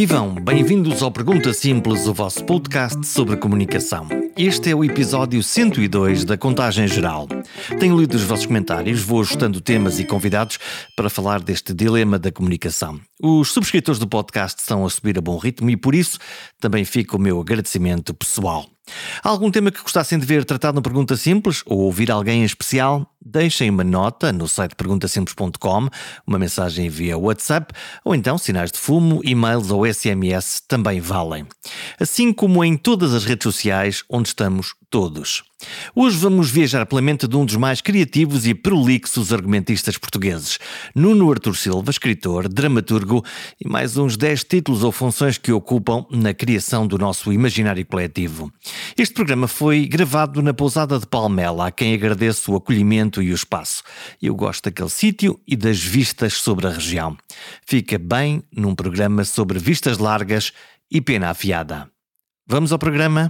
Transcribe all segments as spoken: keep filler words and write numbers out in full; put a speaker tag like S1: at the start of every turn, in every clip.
S1: Vivam, bem-vindos ao Pergunta Simples, o vosso podcast sobre comunicação. Este é o episódio cento e dois da Contagem Geral. Tenho lido os vossos comentários, vou ajustando temas e convidados para falar deste dilema da comunicação. Os subscritores do podcast estão a subir a bom ritmo e por isso também fica o meu agradecimento pessoal. Há algum tema que gostassem de ver tratado no Pergunta Simples ou ouvir alguém em especial? Deixem uma nota no site pergunta simples ponto com, uma mensagem via WhatsApp ou então sinais de fumo, e-mails ou S M S também valem. Assim como em todas as redes sociais onde estamos todos. Hoje vamos viajar pela mente de um dos mais criativos e prolixos argumentistas portugueses, Nuno Artur Silva, escritor, dramaturgo e mais uns dez títulos ou funções que ocupam na criação do nosso imaginário coletivo. Este programa foi gravado na pousada de Palmela, a quem agradeço o acolhimento e o espaço. Eu gosto daquele sítio e das vistas sobre a região. Fica bem num programa sobre vistas largas e pena afiada. Vamos ao programa?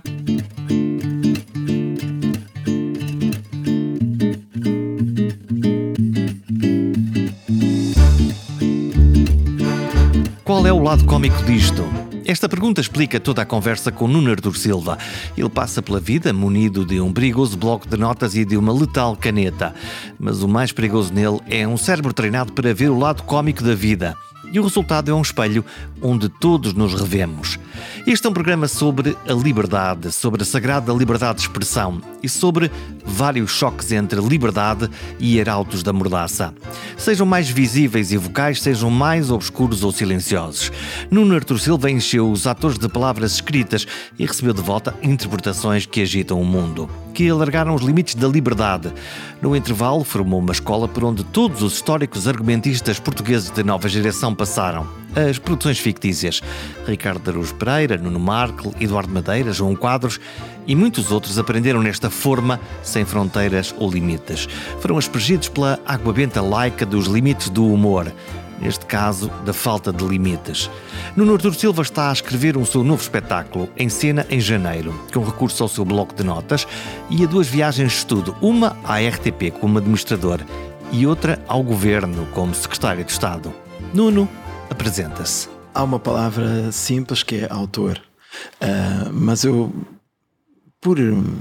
S1: Qual é o lado cómico disto? Esta pergunta explica toda a conversa com Nuno Artur Silva. Ele passa pela vida munido de um perigoso bloco de notas e de uma letal caneta. Mas o mais perigoso nele é um cérebro treinado para ver o lado cómico da vida. E o resultado é um espelho onde todos nos revemos. Este é um programa sobre a liberdade, sobre a sagrada liberdade de expressão e sobre vários choques entre liberdade e arautos da mordaça. Sejam mais visíveis e vocais, sejam mais obscuros ou silenciosos. Nuno Artur Silva encheu os atores de palavras escritas e recebeu de volta interpretações que agitam o mundo, que alargaram os limites da liberdade. No intervalo, formou uma escola por onde todos os históricos argumentistas portugueses de nova geração passaram. As produções fictícias. Ricardo Araújo Pereira, Nuno Marco, Eduardo Madeira, João Quadros e muitos outros aprenderam nesta forma sem fronteiras ou limites. Foram aspergidos pela água benta laica dos limites do humor. Neste caso, da falta de limites. Nuno Artur Silva está a escrever um seu novo espetáculo, em cena em janeiro, com recurso ao seu bloco de notas e a duas viagens de estudo, uma à R T P como administrador e outra ao Governo como secretário de Estado. Nuno, apresenta-se.
S2: Há uma palavra simples que é autor, uh, mas eu, por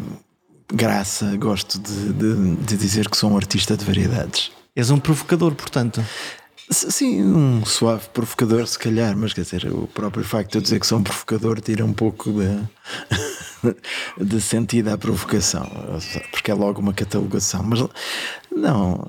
S2: graça, gosto de, de, de dizer que sou um artista de variedades.
S1: És um provocador, portanto.
S2: Sim, um suave provocador se calhar, mas quer dizer, o próprio facto de eu dizer que sou um provocador tira um pouco de, de sentido à provocação, porque é logo uma catalogação, mas não,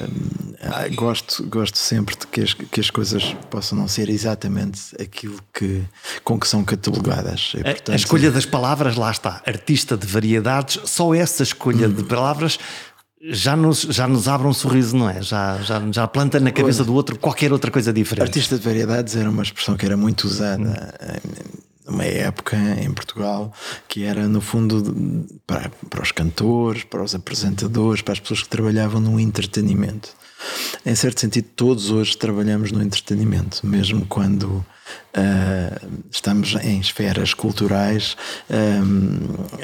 S2: é, gosto, gosto sempre de que as, que as coisas possam não ser exatamente aquilo que, com que são catalogadas. E, portanto,
S1: a, a escolha das palavras, lá está, artista de variedades, só essa escolha hum. de palavras Já nos, já nos abre um sorriso, não é? Já, já, já planta na cabeça do outro qualquer outra coisa diferente.
S2: Artista de variedades era uma expressão que era muito usada numa época em Portugal, que era no fundo para, para os cantores, para os apresentadores, para as pessoas que trabalhavam no entretenimento. Em certo sentido, todos hoje trabalhamos no entretenimento, mesmo quando uh, estamos em esferas culturais. Um,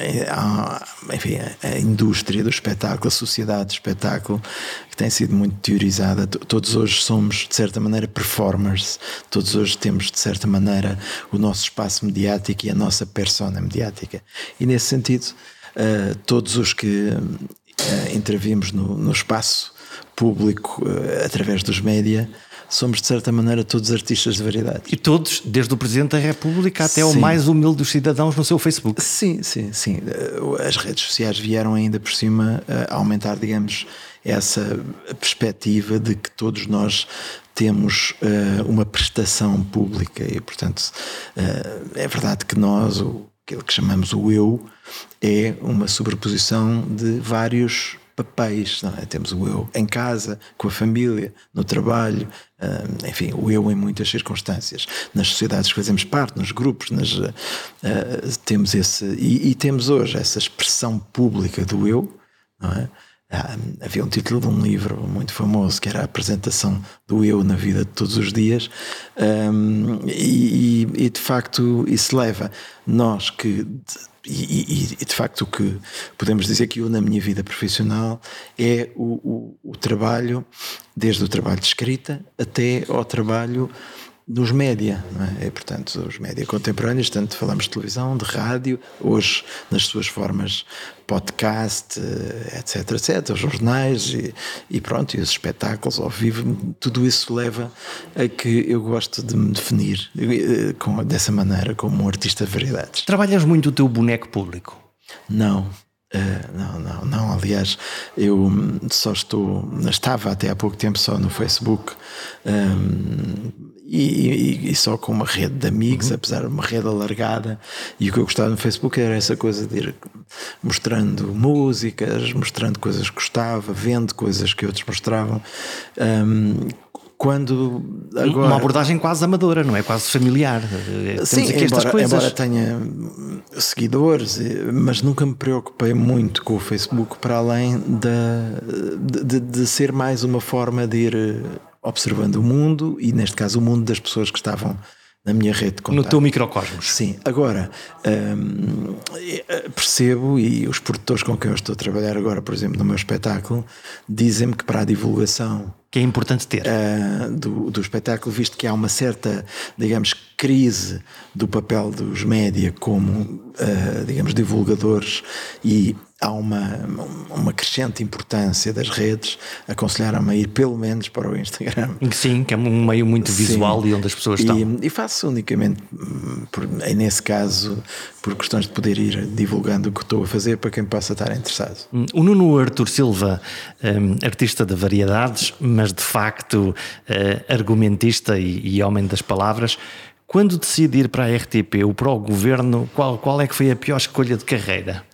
S2: há, enfim, a indústria do espetáculo, a sociedade do espetáculo, que tem sido muito teorizada. Todos hoje somos, de certa maneira, performers. Todos hoje temos, de certa maneira, o nosso espaço mediático e a nossa persona mediática. E, nesse sentido, uh, todos os que uh, intervimos no, no espaço público uh, através dos média, somos de certa maneira todos artistas de variedade.
S1: E todos, desde o Presidente da República até
S2: sim.
S1: o mais humilde dos cidadãos no seu Facebook.
S2: Sim, sim, sim. As redes sociais vieram ainda por cima a aumentar, digamos, essa perspectiva de que todos nós temos uh, uma prestação pública e, portanto, uh, é verdade que nós, o, aquilo que chamamos o eu, é uma sobreposição de vários papéis, não é? Temos o eu em casa, com a família, no trabalho, uh, enfim, o eu em muitas circunstâncias, nas sociedades que fazemos parte, nos grupos, nas, uh, temos esse, e, e temos hoje essa expressão pública do eu, não é? Ah, havia um título de um livro muito famoso que era a apresentação do eu na vida de todos os dias, um, e, e de facto isso leva nós que e, e, e de facto o que podemos dizer que eu na minha vida profissional é o, o, o trabalho, desde o trabalho de escrita até ao trabalho nos média, não é? E, portanto, os média contemporâneos, tanto falamos de televisão, de rádio, hoje nas suas formas podcast, etc, etc, os jornais e, e pronto, e os espetáculos ao vivo, tudo isso leva a que eu gosto de me definir com, dessa maneira como um artista de variedades.
S1: Trabalhas muito o teu boneco público?
S2: Não. Uh, não, não, não. Aliás, eu só estou, estava até há pouco tempo só no Facebook um, e, e, e só com uma rede de amigos, uhum. apesar de uma rede alargada. E o que eu gostava no Facebook era essa coisa de ir mostrando músicas, mostrando coisas que gostava, vendo coisas que outros mostravam. Um, Quando agora...
S1: Uma abordagem quase amadora, não é? Quase familiar. Temos
S2: Sim,
S1: aqui estas
S2: embora,
S1: coisas.
S2: embora tenha seguidores, mas nunca me preocupei muito com o Facebook para além da, de, de ser mais uma forma de ir observando o mundo e, neste caso, o mundo das pessoas que estavam na minha rede de contato.
S1: No teu microcosmos.
S2: Sim. Agora, hum, percebo, e os produtores com quem eu estou a trabalhar agora, por exemplo, no meu espetáculo, dizem-me que para a divulgação
S1: que é importante ter
S2: uh, do, do espetáculo, visto que há uma certa, digamos, crise do papel dos média como, uh, digamos, divulgadores, e há uma, uma crescente importância das redes, aconselharam-me a ir pelo menos para o Instagram.
S1: Sim, que é um meio muito visual. Sim. E onde as pessoas estão.
S2: E, e faço unicamente, por, nesse caso, por questões de poder ir divulgando o que estou a fazer para quem possa estar interessado.
S1: O Nuno Artur Silva, um, artista de variedades, mas de facto uh, argumentista e, e homem das palavras, quando decide ir para a R T P ou para o governo, qual, qual é que foi a pior escolha de carreira?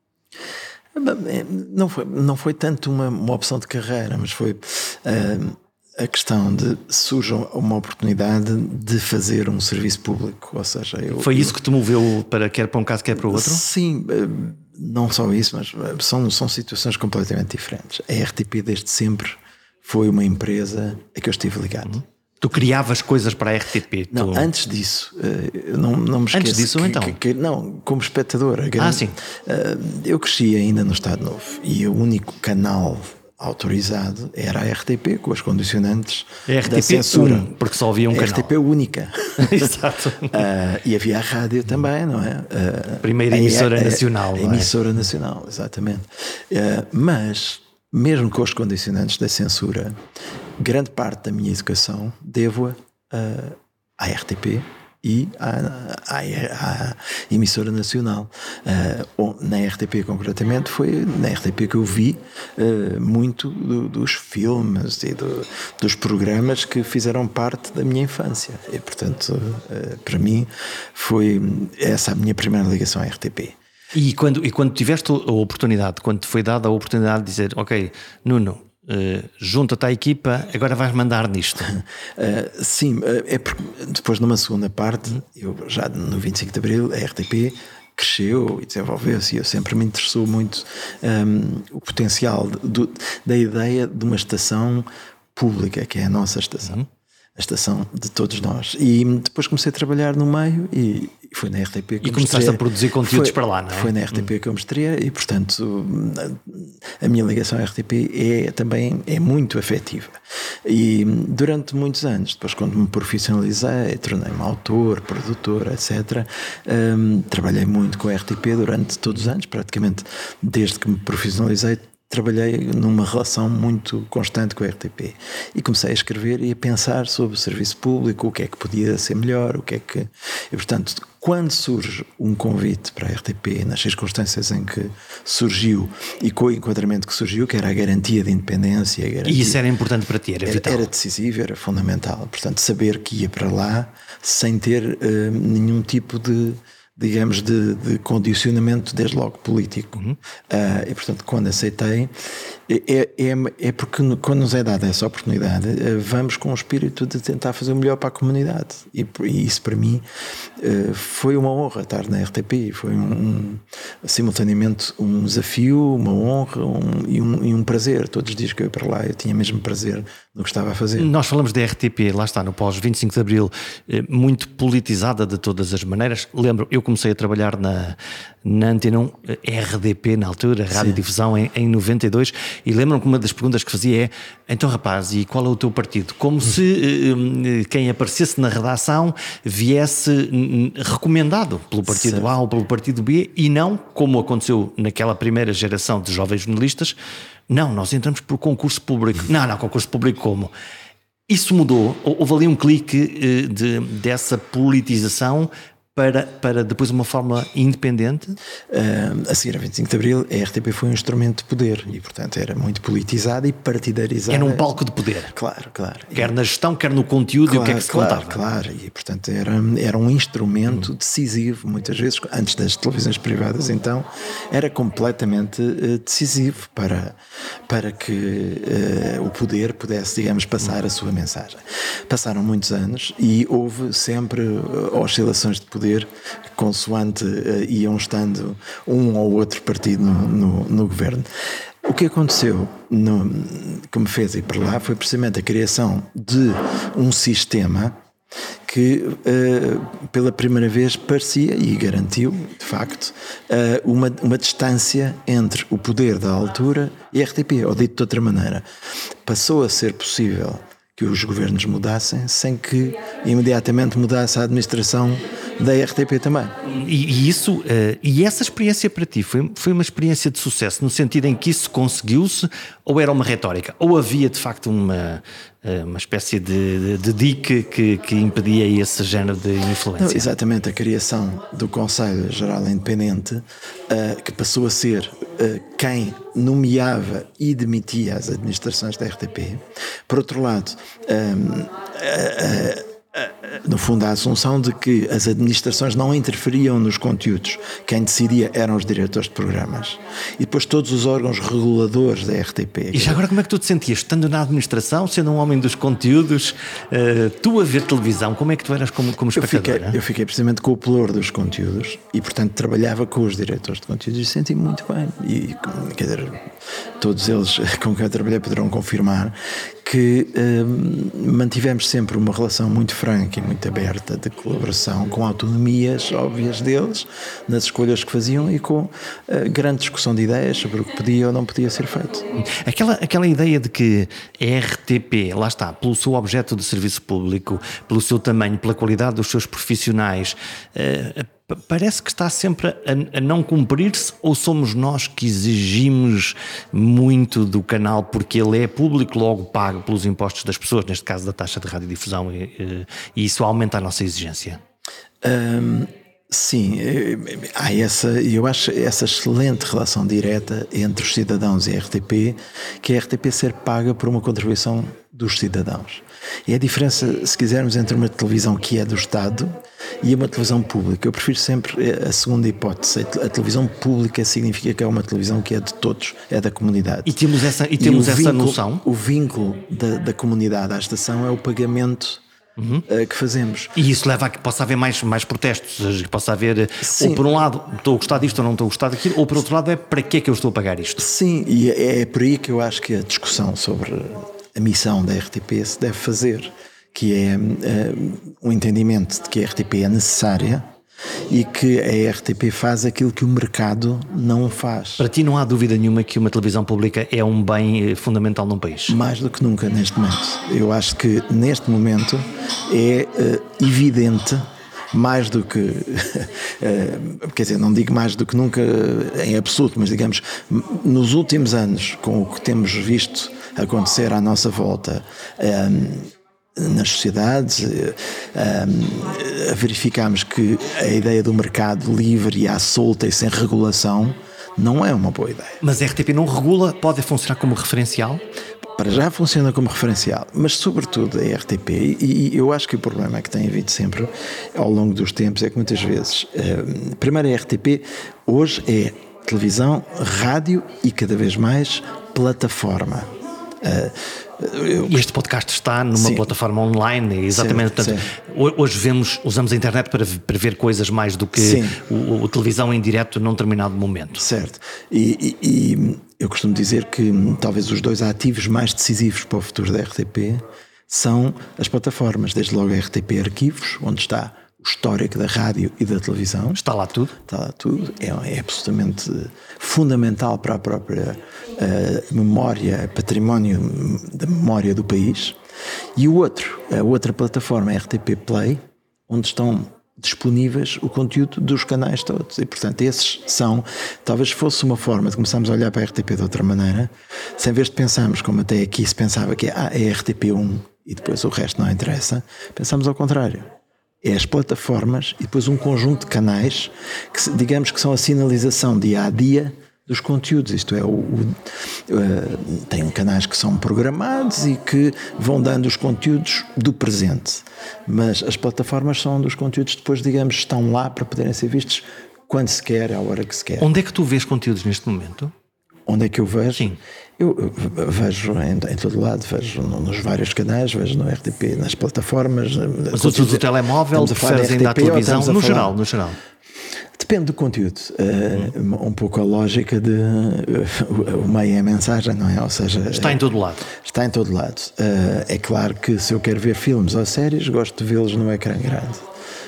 S2: Não foi, não foi tanto uma, uma opção de carreira, mas foi uh, a questão de surge uma oportunidade de fazer um serviço público. Ou seja, eu,
S1: foi isso
S2: eu,
S1: que te moveu para quer para um caso, quer para o outro?
S2: Sim, uh, não só isso, mas são, são situações completamente diferentes. A R T P desde sempre foi uma empresa a que eu estive ligado.
S1: Uhum. Tu criavas coisas para a R T P?
S2: Não, tu... antes disso, não, não me esqueço.
S1: Antes disso,
S2: que,
S1: então?
S2: Que, que, não, como espectador. Grande,
S1: ah, sim.
S2: Eu cresci ainda no Estado Novo e o único canal autorizado era a R T P, com as condicionantes a R T P da censura.
S1: Um, porque só havia um
S2: a
S1: canal.
S2: R T P única.
S1: Exato.
S2: uh, e havia a rádio também, não é? Uh,
S1: Primeira emissora a, a, nacional.
S2: A, a
S1: não é?
S2: emissora nacional, exatamente. Uh, mas, mesmo com os condicionantes da censura, grande parte da minha educação devo-a uh, à R T P e à, à, à emissora nacional. Uh, na R T P, concretamente, foi na R T P que eu vi uh, muito do, dos filmes e do, dos programas que fizeram parte da minha infância. E, portanto, uh, para mim, foi essa a minha primeira ligação à R T P.
S1: E quando, e quando tiveste a oportunidade, quando te foi dada a oportunidade de dizer, ok, Nuno, Uh, junta-te à equipa, agora vais mandar nisto.
S2: Uh, sim, uh, é porque depois numa segunda parte, eu já no vinte e cinco de Abril, a R T P cresceu e desenvolveu-se, e eu sempre me interessou muito um, o potencial do, da ideia de uma estação pública, que é a nossa estação. Uhum. A estação de todos nós. E depois comecei a trabalhar no meio e foi na R T P que
S1: e
S2: eu
S1: começaste a produzir conteúdos
S2: foi,
S1: para lá, não é?
S2: Foi na R T P hum. que eu me estreiei e, portanto, a minha ligação à R T P é também é muito afetiva. E durante muitos anos, depois quando me profissionalizei, tornei-me autor, produtor, etcétera, um, trabalhei muito com a R T P durante todos os anos, praticamente desde que me profissionalizei. Trabalhei numa relação muito constante com a R T P e comecei a escrever e a pensar sobre o serviço público, o que é que podia ser melhor, o que é que... E, portanto, quando surge um convite para a R T P, nas circunstâncias em que surgiu e com o enquadramento que surgiu, que era a garantia de independência... A garantia,
S1: e isso era importante para ti, era vital?
S2: Era, era decisivo, era fundamental. Portanto, saber que ia para lá sem ter uh, nenhum tipo de... digamos, de, de condicionamento, desde logo político. Uhum. Uh, e, portanto, quando aceitei, é, é, é porque quando nos é dada essa oportunidade, uh, vamos com o espírito de tentar fazer o melhor para a comunidade. E, e isso, para mim, uh, foi uma honra estar na R T P. Foi, um, um, simultaneamente, um desafio, uma honra um, e, um, e um prazer. Todos os dias que eu ia para lá, eu tinha mesmo prazer no que estava a fazer.
S1: Nós falamos da R T P, lá está, no pós vinte e cinco de Abril, muito politizada de todas as maneiras. Lembro, eu comecei a trabalhar na, na Antena um, R D P na altura, Radiodifusão, em, em noventa e dois, e lembram que uma das perguntas que fazia é: então rapaz, e qual é o teu partido? Como se uh, quem aparecesse na redação viesse uh, recomendado pelo partido certo. A ou pelo partido B, e não, como aconteceu naquela primeira geração de jovens jornalistas, não, nós entramos por concurso público. Não, não, concurso público como? Isso mudou? Houve ali um clique uh, de, dessa politização Para, para depois uma forma independente?
S2: Uh, a seguir a vinte e cinco de Abril, a R T P foi um instrumento de poder e, portanto, era muito politizada e partidarizada.
S1: Era um palco de poder.
S2: Claro, claro.
S1: Quer na gestão, quer no conteúdo,
S2: claro,
S1: e o que é que se
S2: claro,
S1: contava.
S2: Claro, e, portanto, era, era um instrumento hum. decisivo, muitas vezes, antes das televisões privadas, então, era completamente uh, decisivo para, para que uh, o poder pudesse, digamos, passar hum. a sua mensagem. Passaram muitos anos e houve sempre uh, oscilações de poder, consoante uh, iam estando um ou outro partido no, no, no governo. O que aconteceu, no, que me fez ir para lá, foi precisamente a criação de um sistema que uh, pela primeira vez parecia e garantiu, de facto, uh, uma, uma distância entre o poder da altura e a R T P, ou dito de outra maneira, passou a ser possível que os governos mudassem sem que imediatamente mudasse a administração da R T P também.
S1: E, e isso, uh, e essa experiência para ti foi, foi uma experiência de sucesso, no sentido em que isso conseguiu-se, ou era uma retórica? Ou havia de facto uma, uh, uma espécie de, de, de dique que, que impedia esse género de influência?
S2: Não, exatamente, a criação do Conselho Geral Independente, uh, que passou a ser uh, quem nomeava e demitia as administrações da R T P. Por outro lado, um, uh, uh, no fundo, a assunção de que as administrações não interferiam nos conteúdos. Quem decidia eram os diretores de programas. E depois todos os órgãos reguladores da R T P.
S1: E já agora, como é que tu te sentias? Estando na administração, sendo um homem dos conteúdos, uh, tu a ver televisão, como é que tu eras como, como espectador?
S2: Eu fiquei, eu fiquei precisamente com o pelour dos conteúdos e, portanto, trabalhava com os diretores de conteúdos e senti-me muito bem. E, quer dizer, todos eles com quem eu trabalhei poderão confirmar que hum, mantivemos sempre uma relação muito franca e muito aberta de colaboração, com autonomias óbvias deles nas escolhas que faziam e com uh, grande discussão de ideias sobre o que podia ou não podia ser feito.
S1: Aquela, aquela ideia de que a R T P, lá está, pelo seu objeto de serviço público, pelo seu tamanho, pela qualidade dos seus profissionais, uh, parece que está sempre a, a não cumprir-se, ou somos nós que exigimos muito do canal porque ele é público, logo pago pelos impostos das pessoas, neste caso da taxa de radiodifusão, e, e isso aumenta a nossa exigência?
S2: Um, sim, há essa, eu acho essa excelente relação direta entre os cidadãos e a R T P, que é a R T P ser paga por uma contribuição dos cidadãos. E a diferença, se quisermos, entre uma televisão que é do Estado e uma televisão pública. Eu prefiro sempre a segunda hipótese. A televisão pública significa que é uma televisão que é de todos, é da comunidade.
S1: E temos essa, e temos
S2: e
S1: essa
S2: vínculo,
S1: noção?
S2: O vínculo da, da comunidade à estação é o pagamento Uhum. uh, que fazemos.
S1: E isso leva a que possa haver mais, mais protestos, que possa haver, Sim. ou por um lado estou a gostar disto ou não estou a gostar daquilo, ou por outro lado é para que é que eu estou a pagar isto?
S2: Sim, e é, é por aí que eu acho que a discussão sobre a missão da R T P se deve fazer, que é uh, um entendimento de que a R T P é necessária e que a R T P faz aquilo que o mercado não faz.
S1: Para ti não há dúvida nenhuma que uma televisão pública é um bem fundamental num país?
S2: Mais do que nunca neste momento. Eu acho que neste momento é uh, evidente, mais do que, uh, quer dizer, não digo mais do que nunca em absoluto, mas digamos, nos últimos anos, com o que temos visto acontecer à nossa volta, um, nas sociedades, um, verificamos que a ideia do mercado livre e à solta e sem regulação não é uma boa ideia.
S1: Mas a R T P não regula, pode funcionar como referencial?
S2: Para já funciona como referencial, mas sobretudo a R T P, e eu acho que o problema que tem havido sempre ao longo dos tempos é que muitas vezes, um, primeiro a R T P hoje é televisão, rádio e cada vez mais plataforma. Uh,
S1: eu... Este podcast está numa sim. plataforma online, exatamente.
S2: Sim,
S1: portanto,
S2: sim.
S1: Hoje vemos, usamos a internet para, para ver coisas mais do que o, o televisão em direto num determinado momento.
S2: Certo. E, e, e eu costumo dizer que talvez os dois ativos mais decisivos para o futuro da R T P são as plataformas, desde logo a R T P Arquivos, onde está o histórico da rádio e da televisão.
S1: Está lá tudo.
S2: Está lá tudo. É, é absolutamente fundamental para a própria uh, memória, património da memória do país. E o outro, a outra plataforma é a R T P Play, onde estão disponíveis o conteúdo dos canais todos. E, portanto, esses são, talvez fosse uma forma de começarmos a olhar para a R T P de outra maneira, sem vez de pensarmos, como até aqui se pensava, que ah, é a R T P um e depois o resto não interessa, pensamos ao contrário. É as plataformas e depois um conjunto de canais que, digamos que são a sinalização dia a dia dos conteúdos, isto é, o, o, uh, tem canais que são programados e que vão dando os conteúdos do presente, mas as plataformas são dos conteúdos que depois, digamos, estão lá para poderem ser vistos quando se quer, à hora que se quer.
S1: Onde é que tu vês conteúdos neste momento?
S2: Onde é que eu vejo?
S1: Sim.
S2: Eu vejo em, em todo lado, vejo nos vários canais, vejo no R T P, nas plataformas.
S1: Mas usas o telemóvel, preferes ainda a televisão? No geral, no geral.
S2: Depende do conteúdo. Hum. Uh, um pouco a lógica de uh, o meio é a mensagem, não é? Ou seja,
S1: está em todo lado.
S2: Está em todo lado. Uh, é claro que se eu quero ver filmes ou séries, gosto de vê-los no ecrã grande.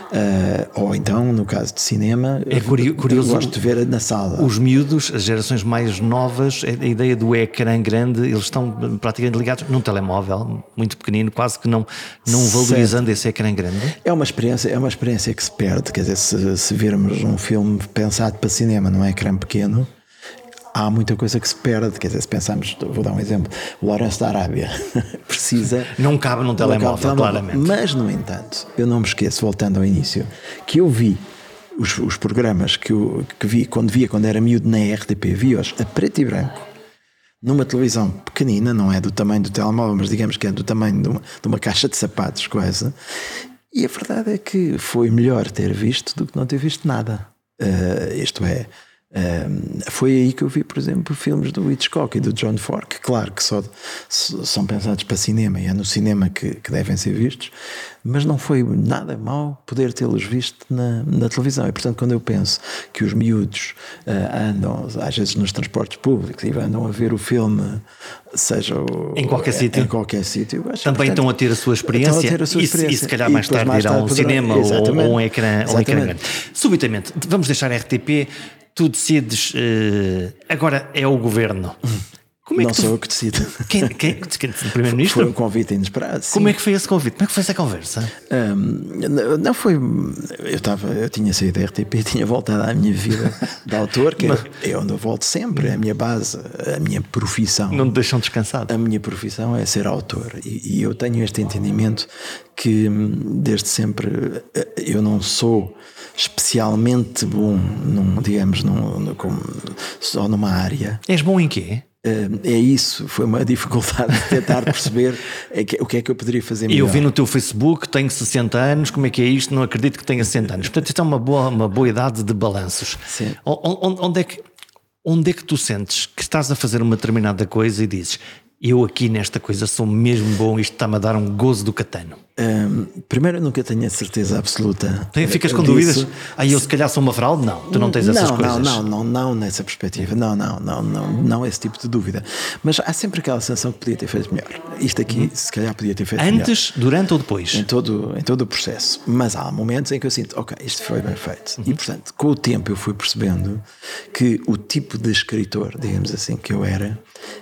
S2: Uh, ou então, no caso de cinema,
S1: é curioso,
S2: gosto de ver na sala.
S1: Os miúdos, as gerações mais novas, a ideia do ecrã grande, eles estão praticamente ligados num telemóvel muito pequenino, quase que não, não valorizando esse ecrã grande. É
S2: uma experiência, é uma experiência que se perde. Quer dizer, se, se virmos um filme pensado para cinema num ecrã pequeno, há muita coisa que se perde. Quer dizer, se pensarmos, vou dar um exemplo, o Lourenço da Arábia precisa...
S1: Não cabe num telemóvel, cabe claramente.
S2: Mas, no entanto, eu não me esqueço, voltando ao início, que eu vi os, os programas que, eu, que vi, quando via, quando era miúdo na R T P, vi-os a preto e branco, numa televisão pequenina, não é do tamanho do telemóvel, mas digamos que é do tamanho de uma, de uma caixa de sapatos, quase. E a verdade é que foi melhor ter visto do que não ter visto nada. Uh, isto é... Um, foi aí que eu vi, por exemplo, filmes do Hitchcock e do John Ford, que claro que só, são pensados para cinema e é no cinema que, que devem ser vistos, mas não foi nada mau poder tê-los visto na, na televisão. E portanto, quando eu penso que os miúdos uh, andam às vezes nos transportes públicos e andam a ver o filme, seja o,
S1: em qualquer sítio,
S2: em qualquer sítio,
S1: também portanto, estão a ter a sua experiência, a ter a sua experiência. E, e se calhar mais tarde irão a um cinema ou, ou um ecrã, um ecrã grande. Subitamente, vamos deixar a R T P. Tu decides, uh, agora é o governo.
S2: Como é não que tu... sou eu que decido.
S1: Quem, quem, quem, o primeiro-ministro?
S2: Foi um convite inesperado.
S1: Como sim. é que foi esse convite? Como é que foi essa conversa?
S2: Um, não foi. Eu, estava, eu tinha saído da R T P, tinha voltado à minha vida de autor, que Mas... é onde eu volto sempre, é a minha base, a minha profissão.
S1: Não te deixam descansado.
S2: A minha profissão é ser autor. E, e eu tenho este entendimento que, desde sempre, eu não sou especialmente bom, num, digamos, num, num, só numa área.
S1: És bom em quê?
S2: Uh, é isso, foi uma dificuldade de tentar perceber é que, o que é que eu poderia fazer melhor.
S1: Eu vi no teu Facebook, tenho sessenta anos, como é que é isto? Não acredito que tenha sessenta anos. Portanto, isto é uma boa, uma boa idade de balanços.
S2: Sim.
S1: Onde, onde, é que, onde é que tu sentes que estás a fazer uma determinada coisa e dizes: eu aqui nesta coisa sou mesmo bom, isto está-me a dar um gozo do catano?
S2: Um, primeiro, eu nunca tenho a certeza absoluta.
S1: Tem, ficas com dúvidas? Aí eu se calhar sou uma fraude? Não, tu não tens essas
S2: não,
S1: coisas.
S2: Não, não, não, não nessa perspectiva. Não, não, não, não, não esse tipo de dúvida. Mas há sempre aquela sensação que podia ter feito melhor. Isto aqui, hum. se calhar, podia ter feito
S1: Antes,
S2: melhor.
S1: Antes, durante ou depois?
S2: Em todo, em todo o processo. Mas há momentos em que eu sinto, ok, isto foi bem feito. Uhum. E, portanto, com o tempo eu fui percebendo que o tipo de escritor, digamos assim, que eu era,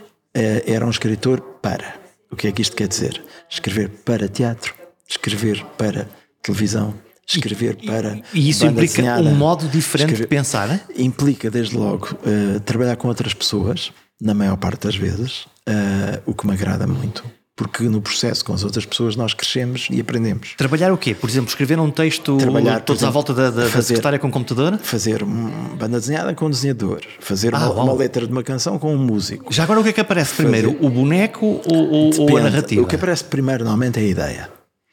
S2: era um escritor para. O que é que isto quer dizer? Escrever para teatro, escrever para televisão, escrever
S1: e,
S2: para
S1: e isso
S2: banda
S1: implica
S2: desenhada,
S1: um modo diferente escrever, de pensar? Hein?
S2: Implica, desde logo, uh, trabalhar com outras pessoas, na maior parte das vezes, uh, o que me agrada muito. Porque no processo com as outras pessoas nós crescemos e aprendemos.
S1: Trabalhar o quê? Por exemplo, escrever um texto
S2: Trabalhar,
S1: todos exemplo, à volta da, da, fazer, da secretária com computador?
S2: Fazer uma banda desenhada com um desenhador. Fazer
S1: ah,
S2: uma, uma letra de uma canção com um músico.
S1: Já agora o que é que aparece fazer... primeiro? O boneco ou, ou, ou a narrativa?
S2: O que aparece primeiro normalmente é a ideia.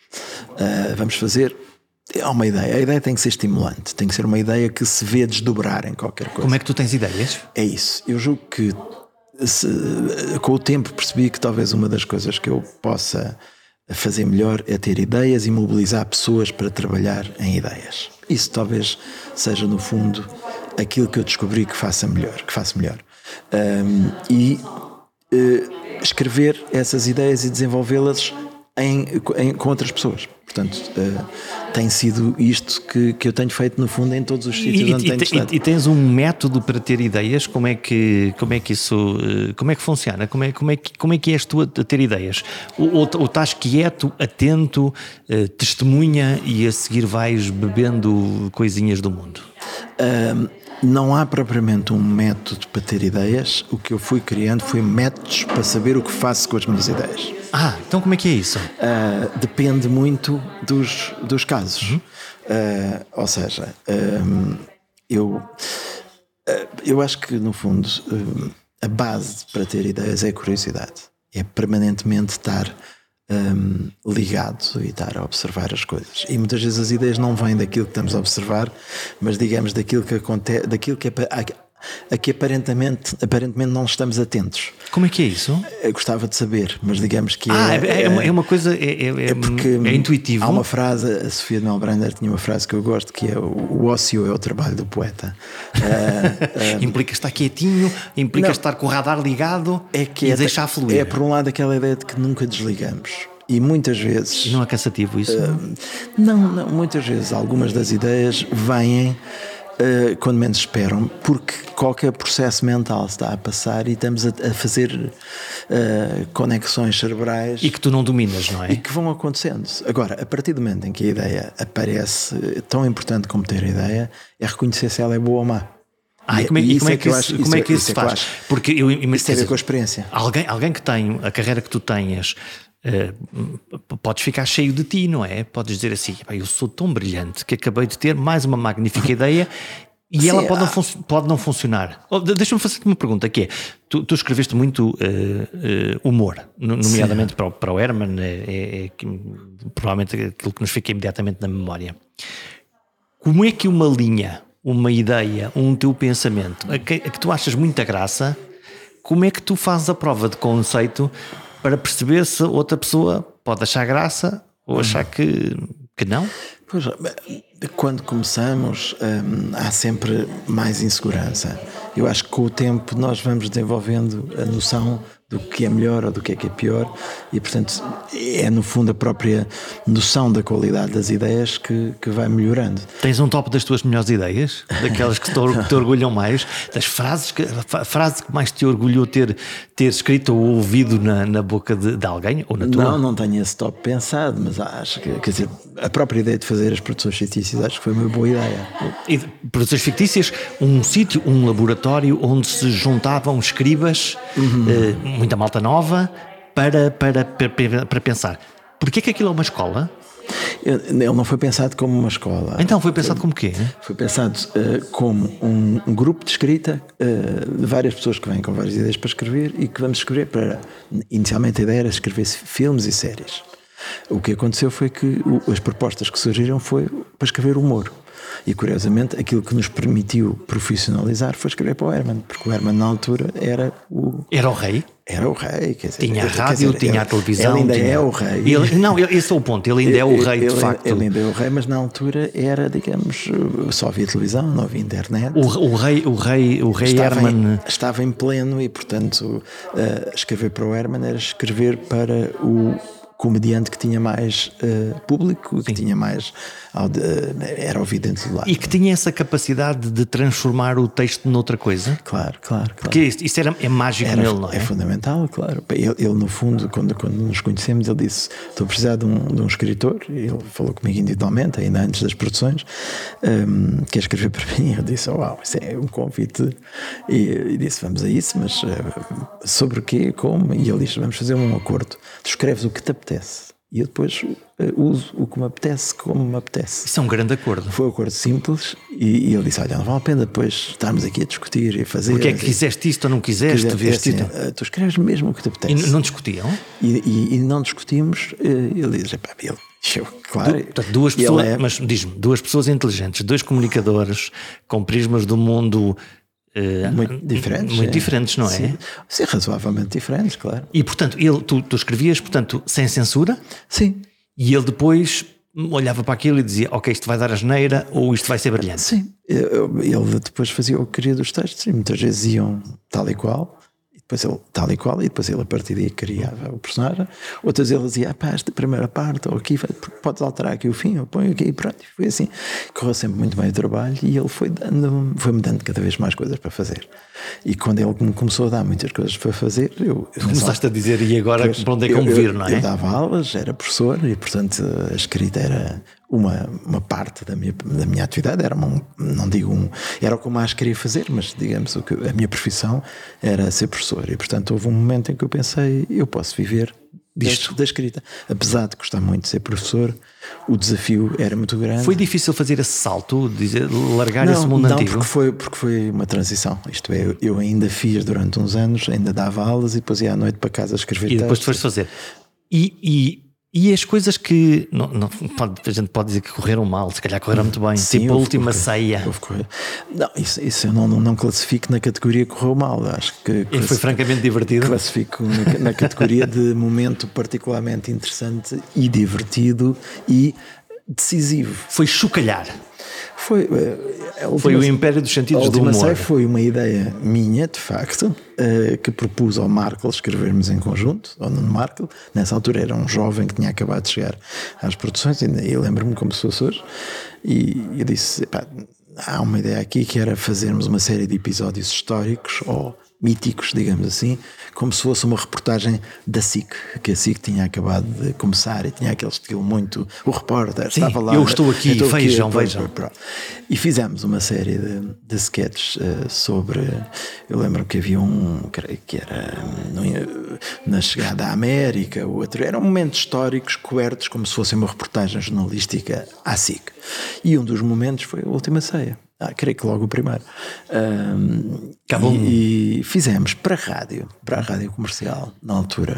S2: Uh, vamos fazer... Há uma ideia. A ideia tem que ser estimulante. Tem que ser uma ideia que se vê desdobrar em qualquer coisa.
S1: Como é que tu tens ideias?
S2: É isso. Eu julgo que Se, com o tempo percebi que talvez uma das coisas que eu possa fazer melhor é ter ideias e mobilizar pessoas para trabalhar em ideias. Isso talvez seja no fundo aquilo que eu descobri que faça melhor, que faço melhor. Um, e uh, escrever essas ideias e desenvolvê-las em, em, com outras pessoas. Portanto, uh, tem sido isto que, que eu tenho feito, no fundo, em todos os sítios
S1: e,
S2: onde
S1: e,
S2: tenho
S1: e,
S2: estado.
S1: E tens um método para ter ideias? Como é que, como é que isso como é que funciona? Como é, como é, que, como é que és tu a ter ideias? Ou, ou, ou estás quieto, atento, uh, testemunha e a seguir vais bebendo coisinhas do mundo?
S2: Um, não há propriamente um método para ter ideias. O que eu fui criando foi métodos para saber o que faço com as minhas ideias.
S1: Ah, então como é que é isso?
S2: Uh, depende muito dos, dos casos. Uhum. Uh, ou seja, um, eu, uh, eu acho que, no fundo, uh, a base para ter ideias é a curiosidade. É permanentemente estar um, ligado e estar a observar as coisas. E muitas vezes as ideias não vêm daquilo que estamos a observar, mas, digamos, daquilo que acontece, daquilo que é a que aparentemente, aparentemente não estamos atentos.
S1: Como é que é isso?
S2: Eu gostava de saber, mas digamos que
S1: ah,
S2: é,
S1: é, é, uma, é uma coisa é, é,
S2: é, porque
S1: é intuitivo.
S2: Há uma frase, a Sofia de Melbrander tinha uma frase que eu gosto, que é: o ócio é o trabalho do poeta. uh, uh,
S1: implica estar quietinho, implica não, estar com o radar ligado
S2: é que
S1: e
S2: é,
S1: deixar fluir.
S2: É, por um lado, aquela ideia de que nunca desligamos. E muitas vezes...
S1: E não é cansativo isso?
S2: Uh, não, não, muitas vezes algumas das ideias vêm Uh, quando menos esperam, porque qualquer processo mental está a passar e estamos a, a fazer uh, conexões cerebrais
S1: e que tu não dominas, não é?
S2: E que vão acontecendo. Agora, a partir do momento em que a ideia aparece, tão importante como ter a ideia é reconhecer se ela é boa ou má.
S1: Ah, e como é, e como é que isso, como é que isso se faz?
S2: Acho,
S1: porque eu
S2: isso tem a ver com a experiência.
S1: Alguém, alguém que tem a carreira que tu tenhas, uh, podes ficar cheio de ti, não é? Podes dizer assim: eu sou tão brilhante que acabei de ter mais uma magnífica ideia e Sim, ela pode, ah, não pode não funcionar. Oh, deixa-me fazer-te uma pergunta, que é: tu, tu escreveste muito uh, uh, humor, nomeadamente para o, para o Herman, é, é, é provavelmente aquilo que nos fica imediatamente na memória. Como é que uma linha, uma ideia, um teu pensamento, a que, a que tu achas muita graça, como é que tu fazes a prova de conceito para perceber se outra pessoa pode achar graça ou achar que, que não?
S2: Pois, quando começamos, hum, há sempre mais insegurança. Eu acho que com o tempo nós vamos desenvolvendo a noção do que é melhor ou do que é que é pior e, portanto, é no fundo a própria noção da qualidade das ideias que, que vai melhorando.
S1: Tens um top das tuas melhores ideias? Daquelas que te, que te orgulham mais? Das frases que, a frase que mais te orgulhou ter, ter escrito ou ouvido na, na boca de, de alguém? Ou na tua?
S2: Não, não tenho esse top pensado, mas acho que, quer dizer, a própria ideia de fazer as produções fictícias acho que foi uma boa ideia.
S1: E produções fictícias, um sítio, um laboratório onde se juntavam escribas, uhum. eh, muita malta nova, para, para, para, para pensar. Porquê que aquilo é uma escola?
S2: Ele não foi pensado como uma escola.
S1: Então foi pensado como quê?
S2: Foi pensado uh, como um, um grupo de escrita uh, de várias pessoas que vêm com várias ideias para escrever e que vamos escrever para... Inicialmente a ideia era escrever filmes e séries. O que aconteceu foi que o, as propostas que surgiram foi para escrever humor. E curiosamente aquilo que nos permitiu profissionalizar foi escrever para o Herman, porque o Herman na altura era o...
S1: Era o rei?
S2: Era o rei, quer dizer,
S1: tinha a rádio, dizer, tinha ele, a televisão.
S2: Ele ainda
S1: tinha...
S2: é o rei.
S1: Ele, não, esse é o ponto, ele ainda é o rei
S2: ele,
S1: de facto.
S2: Ele ainda é o rei, mas na altura era, digamos, só havia televisão, não havia internet.
S1: O, o rei, o rei, o rei
S2: estava
S1: Herman...
S2: Em, estava em pleno e, portanto, uh, escrever para o Herman era escrever para o comediante que tinha mais uh, público, que Sim. tinha mais... Uh, era ouvido dentro do lado.
S1: E que tinha essa capacidade de transformar o texto noutra coisa.
S2: Claro, claro. claro.
S1: Porque isso, isso era, é mágico
S2: era,
S1: nele, não é?
S2: É fundamental, claro. Ele, ele no fundo, quando, quando nos conhecemos, ele disse: estou a precisar de um, de um escritor. E ele falou comigo individualmente, ainda antes das produções, um, quer escrever para mim. Eu disse: oh, uau, isso é um convite. E, e disse: vamos a isso, mas uh, sobre o quê, como? E ele disse: vamos fazer um acordo. Tu escreves o que te apetece. E eu depois uh, uso o que me apetece, como me apetece.
S1: Isso é um grande acordo.
S2: Foi um acordo simples e, e ele disse: olha, não vale a pena depois estarmos aqui a discutir e fazer.
S1: Porque é que quiseste isto ou não quiseste?
S2: Quiser,
S1: veste
S2: assim,
S1: isto?
S2: Tu escreves mesmo o que te apetece.
S1: E não discutiam?
S2: E, e, e não discutimos. Ele diz: epá, ele, eu, claro.
S1: Du, portanto, duas pessoas,
S2: é...
S1: mas diz-me, duas pessoas inteligentes, dois comunicadores com prismas do mundo. Uh,
S2: muito diferentes,
S1: muito
S2: é.
S1: diferentes, não é?
S2: Sim. Sim, razoavelmente diferentes, claro.
S1: E portanto, ele, tu, tu escrevias, portanto, sem censura?
S2: Sim.
S1: E ele depois olhava para aquilo e dizia: ok, isto vai dar asneira ou isto vai ser brilhante.
S2: Sim, ele depois fazia o que queria dos textos e muitas vezes iam tal e qual, depois ele, tal e qual, e depois ele a partir daí criava o personagem. Outras ele dizia, ah, pá, esta primeira parte, ou aqui, podes alterar aqui o fim, eu ponho aqui, e pronto. E foi assim, correu sempre muito bem o trabalho, e ele foi dando, foi-me dando cada vez mais coisas para fazer. E quando ele me começou a dar muitas coisas para fazer, eu... eu
S1: começaste a dizer, e agora para onde é que eu me vir, não é?
S2: Eu dava aulas, era professor, e portanto a escrita era uma, uma parte da minha, da minha atividade, era uma, não digo um, era o que eu mais queria fazer, mas digamos, o que, a minha profissão era ser professor, e portanto houve um momento em que eu pensei, eu posso viver disto, da, da escrita. Apesar de gostar muito de ser professor, o desafio era muito grande.
S1: Foi difícil fazer esse salto, dizer, largar
S2: não,
S1: esse mundo
S2: não,
S1: antigo?
S2: Não, porque foi, porque foi uma transição. Isto é, eu, eu ainda fiz durante uns anos, ainda dava aulas e depois ia à noite para casa escrever textos.
S1: E depois foste fazer. E, e, e as coisas que não, não, pode, a gente pode dizer que correram mal, se calhar correram muito bem.
S2: Sim,
S1: tipo a
S2: houve,
S1: última
S2: houve,
S1: ceia.
S2: Houve, houve, não, isso, isso eu não, não classifico na categoria correu mal. Acho que
S1: e foi francamente divertido.
S2: Classifico na, na categoria de momento particularmente interessante e divertido e decisivo.
S1: Foi chocalhar.
S2: Foi, última,
S1: foi o império dos sentidos do humor.
S2: Foi uma ideia minha, de facto, que propus ao Marco escrevermos em conjunto, ao Nuno Marco. Nessa altura era um jovem que tinha acabado de chegar às produções, e eu lembro-me como se fosse hoje, e eu disse, pá, há uma ideia aqui que era fazermos uma série de episódios históricos, ou míticos, digamos assim, como se fosse uma reportagem da S I C, que a S I C tinha acabado de começar e tinha aquele estilo muito, o repórter
S1: Sim,
S2: estava lá.
S1: Eu estou aqui, estou vejam, aqui, vejam.
S2: Pronto. E fizemos uma série de, de sketches uh, sobre, eu lembro que havia um, creio que era no, na chegada à América, o outro, eram momentos históricos cobertos como se fosse uma reportagem jornalística à S I C. E um dos momentos foi a Última Ceia. Ah, creio que logo o primeiro. Um, e, e fizemos para a rádio, para a rádio comercial, na altura.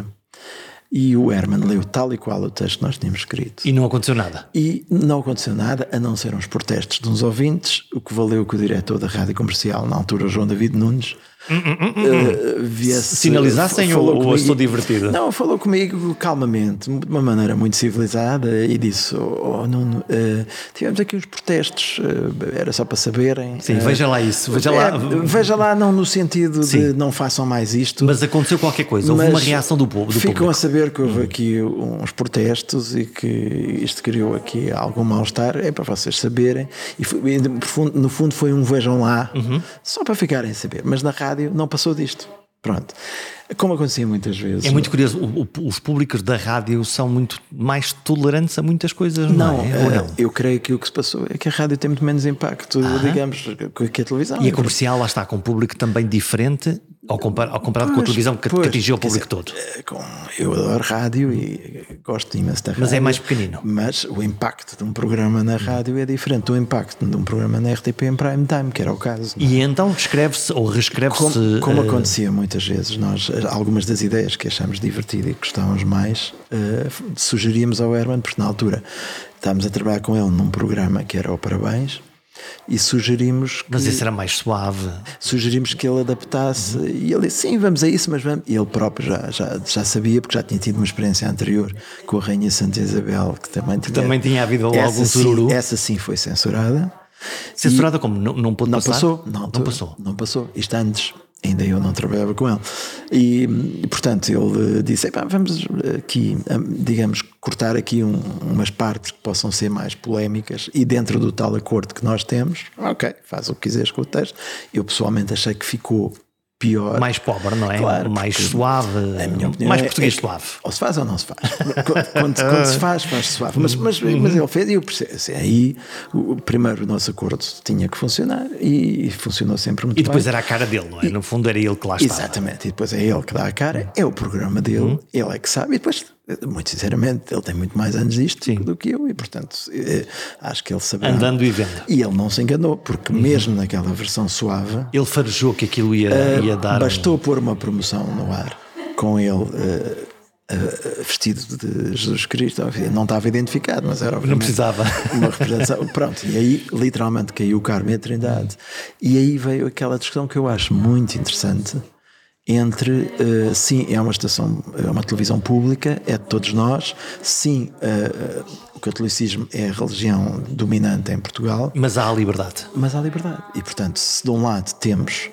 S2: E o Herman leu tal e qual o texto que nós tínhamos escrito.
S1: E não aconteceu nada?
S2: E não aconteceu nada, a não ser uns protestos de uns ouvintes, o que valeu que o diretor da rádio comercial, na altura, João David Nunes,
S1: Hum, hum, hum, hum.
S2: Uh, viesse,
S1: sinalizassem ou, ou estou divertido?
S2: Não, falou comigo calmamente, de uma maneira muito civilizada, e disse: oh, oh, Nuno, uh, tivemos aqui uns protestos, uh, era só para saberem.
S1: Sim,
S2: uh,
S1: veja lá isso. Veja,
S2: é,
S1: lá.
S2: veja lá, não no sentido
S1: Sim.
S2: de não façam mais isto.
S1: Mas aconteceu qualquer coisa, houve uma reação do povo. Do
S2: ficam
S1: público.
S2: a saber que houve aqui uns protestos e que isto criou aqui algum mal-estar, é para vocês saberem. E foi, no fundo foi um vejam lá, uhum. só para ficarem a saber. Mas na rádio não passou disto. Pronto. Como acontecia muitas vezes.
S1: É muito curioso, o, o, os públicos da rádio são muito mais tolerantes a muitas coisas, não, não é? Ou não?
S2: Eu creio que o que se passou é que a rádio tem muito menos impacto, ah. digamos, que a televisão.
S1: E a comercial lá está com um público também diferente, ao comparado, ao comparado pois, com a televisão que, pois, que atingiu o público dizer, todo.
S2: Com, eu adoro rádio e gosto imenso da rádio.
S1: Mas é mais pequenino.
S2: Mas o impacto de um programa na rádio é diferente do impacto de um programa na R T P em prime time, que era o caso. Não?
S1: E então escreve-se ou reescreve-se...
S2: Como, como
S1: uh...
S2: acontecia muitas vezes, nós, algumas das ideias que achamos divertidas e que gostávamos mais, uh, sugeríamos ao Herman, porque na altura estávamos a trabalhar com ele num programa que era o Parabéns, e sugerimos que,
S1: mas esse era mais suave.
S2: Sugerimos que ele adaptasse, uhum. e ele disse, sim, vamos a isso, mas vamos. E ele próprio já, já, já sabia, porque já tinha tido uma experiência anterior com a Rainha Santa Isabel, que também tinha,
S1: que também tinha havido
S2: essa
S1: algum sururu.
S2: Sim, essa sim foi censurada.
S1: Censurada e, como? Não, não pôde
S2: não
S1: passar?
S2: Passou, não,
S1: não passou.
S2: Não passou. Isto antes. Ainda eu não trabalhava com ele. E, e portanto, ele disse: vamos aqui, digamos, cortar aqui um, umas partes que possam ser mais polémicas, e dentro do tal acordo que nós temos, ok, faz o que quiseres com o texto. Eu pessoalmente achei que ficou pior.
S1: Mais pobre, não é?
S2: Claro,
S1: mais suave.
S2: A minha opinião
S1: mais
S2: é,
S1: português
S2: é,
S1: suave.
S2: Ou se faz ou não se faz. Quando, quando se faz, faz-se suave. Mas, mas, mas ele fez, e eu percebo. Assim, aí, o, primeiro, o nosso acordo tinha que funcionar, e funcionou sempre muito bem.
S1: E depois
S2: bem.
S1: era a cara dele, não é? E, no fundo era ele que lá estava.
S2: Exatamente. E depois é ele que dá a cara, é o programa dele, uhum. ele é que sabe. E depois, muito sinceramente, ele tem muito mais anos disto Sim. do que eu, e portanto acho que ele saberá.
S1: Andando e vendo.
S2: E ele não se enganou, porque uhum. mesmo naquela versão suave,
S1: ele farejou que aquilo ia, uh, ia dar.
S2: Bastou pôr uma promoção no ar com ele uh, uh, vestido de Jesus Cristo. Não estava identificado, mas era
S1: não precisava
S2: uma representação. Pronto, e aí literalmente caiu o Carmo e a Trindade. E aí veio aquela discussão que eu acho muito interessante. Entre, uh, sim, é uma estação, é uma televisão pública, é de todos nós, sim, uh, uh, o catolicismo é a religião dominante em Portugal.
S1: Mas há a liberdade.
S2: Mas há a liberdade. E, portanto, se de um lado temos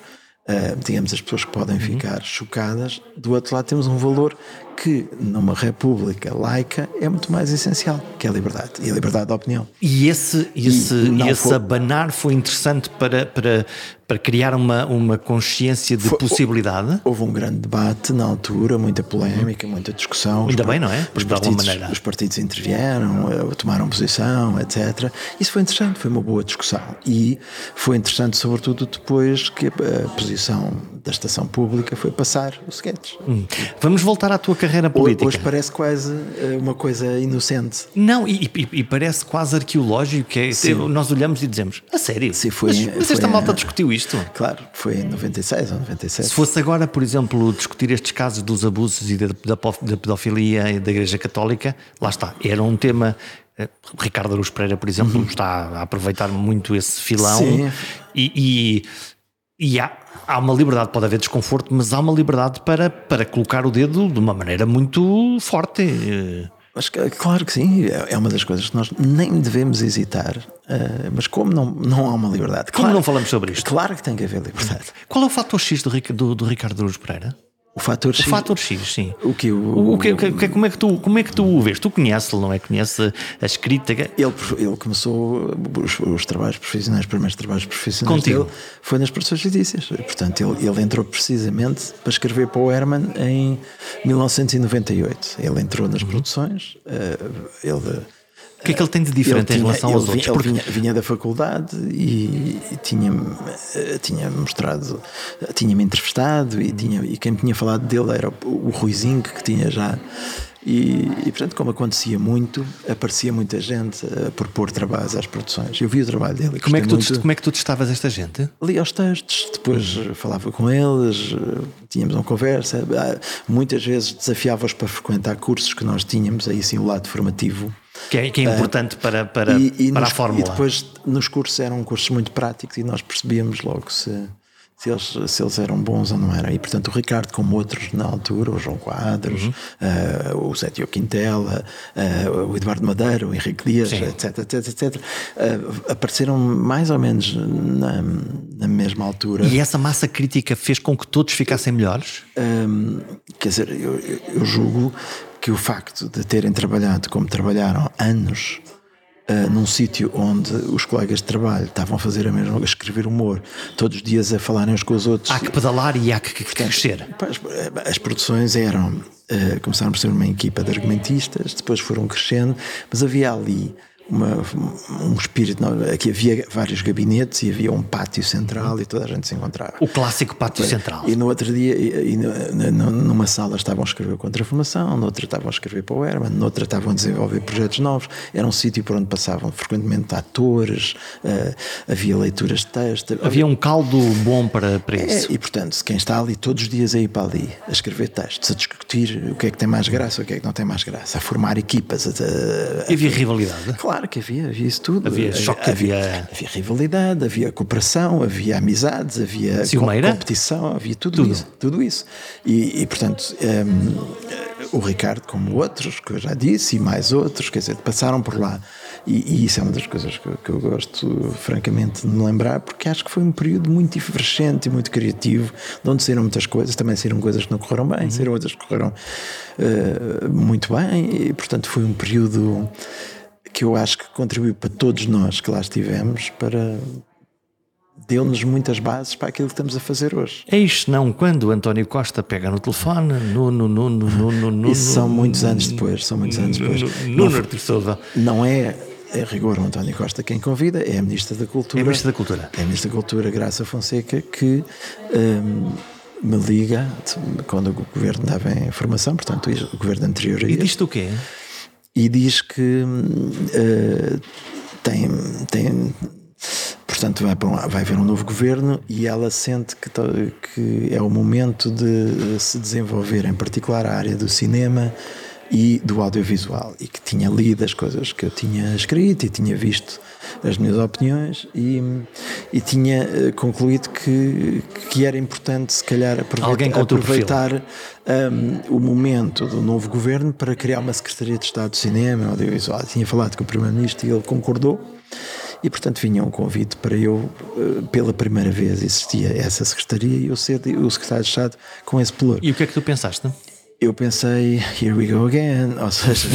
S2: Uh, digamos, as pessoas que podem ficar chocadas. Do outro lado temos um valor que numa república laica é muito mais essencial, que é a liberdade, e a liberdade de opinião.
S1: E esse, esse, e esse foi... abanar foi interessante para, para, para criar uma, uma consciência de foi, possibilidade?
S2: Houve um grande debate na altura, muita polémica, muita discussão.
S1: Ainda bem, não é?
S2: Os partidos, os partidos intervieram, tomaram posição, etcétera. Isso foi interessante, foi uma boa discussão. E foi interessante, sobretudo, depois que a posição da estação pública foi passar o sketch.
S1: Hum. Vamos voltar à tua carreira política.
S2: Hoje parece quase uma coisa inocente.
S1: Não, e, e, e parece quase arqueológico, que é, nós olhamos e dizemos, a sério?
S2: Sim, foi,
S1: mas mas
S2: foi,
S1: esta malta discutiu isto?
S2: Claro, foi em noventa e seis ou noventa e sete.
S1: Se fosse agora, por exemplo, discutir estes casos dos abusos e da, da, da pedofilia e da Igreja Católica, lá está, era um tema... O Ricardo Araújo Pereira, por exemplo, uhum. está a aproveitar muito esse filão.
S2: Sim.
S1: e... e E há, há uma liberdade, pode haver desconforto, mas há uma liberdade para, para colocar o dedo de uma maneira muito forte.
S2: Mas, claro que sim, é uma das coisas que nós nem devemos hesitar, mas como não, não há uma liberdade?
S1: Como
S2: claro,
S1: não falamos sobre isto?
S2: Claro que tem que haver liberdade.
S1: Qual é o fator X do, do, do Ricardo Araújo Pereira?
S2: O fator X.
S1: O fator X, sim.
S2: O que
S1: o, o, que, o que, como é que tu, como é que tu o vês? Tu conheces-lo, não é? Conhece a escrita?
S2: Ele, ele começou os, os trabalhos profissionais, os primeiros trabalhos profissionais
S1: Contigo.
S2: dele foi nas produções fictícias. Portanto, ele, ele entrou precisamente para escrever para o Herman em mil novecentos e noventa e oito. Ele entrou nas uhum. produções. Ele
S1: O que é que ele tem de diferente
S2: tinha,
S1: em relação aos
S2: vinha,
S1: outros? Porque...
S2: Ele vinha, vinha da faculdade e, e tinha, tinha mostrado, tinha-me entrevistado e, tinha, e quem me tinha falado dele era o, o Ruizinho, que tinha já. E, e, portanto, como acontecia muito, aparecia muita gente a propor trabalhos às produções. Eu vi o trabalho dele.
S1: Como é, que tu, como é que tu testavas esta gente?
S2: Lia os textos, depois falava com eles, tínhamos uma conversa. Muitas vezes desafiava-os para frequentar cursos que nós tínhamos, aí sim o lado formativo.
S1: Que é, que é importante uh, para, para,
S2: e, e
S1: para
S2: nos,
S1: a fórmula.
S2: E depois nos cursos eram cursos muito práticos e nós percebíamos logo se, se, eles, se eles eram bons ou não eram. E portanto o Ricardo, como outros na altura, o João Quadros, uhum. uh, o Zé Diogo Quintela, uh, o Eduardo Madeira, o Henrique Dias, etc, etc, etc uh, apareceram mais ou menos na, na mesma altura.
S1: E essa massa crítica fez com que todos ficassem melhores?
S2: Um, quer dizer, eu, eu julgo que o facto de terem trabalhado como trabalharam anos uh, num sítio onde os colegas de trabalho estavam a fazer a mesma, a escrever humor, todos os dias a falarem uns com os outros.
S1: Há que pedalar e há que, que Portanto, crescer.
S2: As, as produções eram, uh, começaram por ser uma equipa de argumentistas, depois foram crescendo, mas havia ali Uma, um espírito, não, aqui havia vários gabinetes e havia um pátio central e toda a gente se encontrava.
S1: O clássico pátio e, central.
S2: E no outro dia, e, e, numa sala estavam a escrever contra a formação, noutra estavam a escrever para o Herman, noutra estavam a desenvolver projetos novos. Era um sítio por onde passavam frequentemente atores, uh, havia leituras de texto.
S1: Havia um caldo bom para, para isso.
S2: É, e portanto, quem está ali todos os dias a ir para ali, a escrever textos, a discutir o que é que tem mais graça, o que é que não tem mais graça, a formar equipas. A, a,
S1: a, havia rivalidade?
S2: Claro. Claro que havia, havia isso tudo.
S1: Havia choque,
S2: havia,
S1: havia...
S2: havia rivalidade, havia cooperação, havia amizades, havia
S1: Ciumeira?
S2: competição, havia tudo, tudo. isso. Tudo isso. E, e portanto, um, o Ricardo, como outros, que eu já disse, e mais outros, quer dizer, passaram por lá. E, e isso é uma das coisas que, que eu gosto, francamente, de me lembrar, porque acho que foi um período muito efervescente e muito criativo, de onde saíram muitas coisas, também saíram coisas que não correram bem, uhum. saíram outras que correram uh, muito bem, e portanto foi um período que eu acho que contribuiu para todos nós que lá estivemos, para deu-nos muitas bases para aquilo que estamos a fazer hoje.
S1: É isto, não? Quando o António Costa pega no telefone, no, no, no, no, no, no,
S2: isso são muitos anos depois, são muitos anos depois.
S1: Nuno Artur Silva.
S2: Não é, é rigor o António Costa quem convida, é a Ministra da Cultura.
S1: É a Ministra da Cultura.
S2: É a Ministra da Cultura, Graça Fonseca, que um, me liga quando o governo dava em formação, portanto o governo anterior a
S1: E diz-te o quê?
S2: E diz que uh, tem, tem portanto vai, para um, vai haver um novo governo e ela sente que, que é o momento de se desenvolver em particular a área do cinema e do audiovisual, e que tinha lido as coisas que eu tinha escrito e tinha visto as minhas opiniões e, e tinha uh, concluído que, que era importante se calhar aproveita, aproveitar um, o momento do novo governo para criar uma Secretaria de Estado de Cinema e Audiovisual. Eu tinha falado com o Primeiro-Ministro e ele concordou, E portanto vinha um convite para eu, pela primeira vez existia essa secretaria e eu ser o secretário de Estado com esse pelouro.
S1: E o que é que tu pensaste?
S2: Eu pensei, here we go again, ou seja,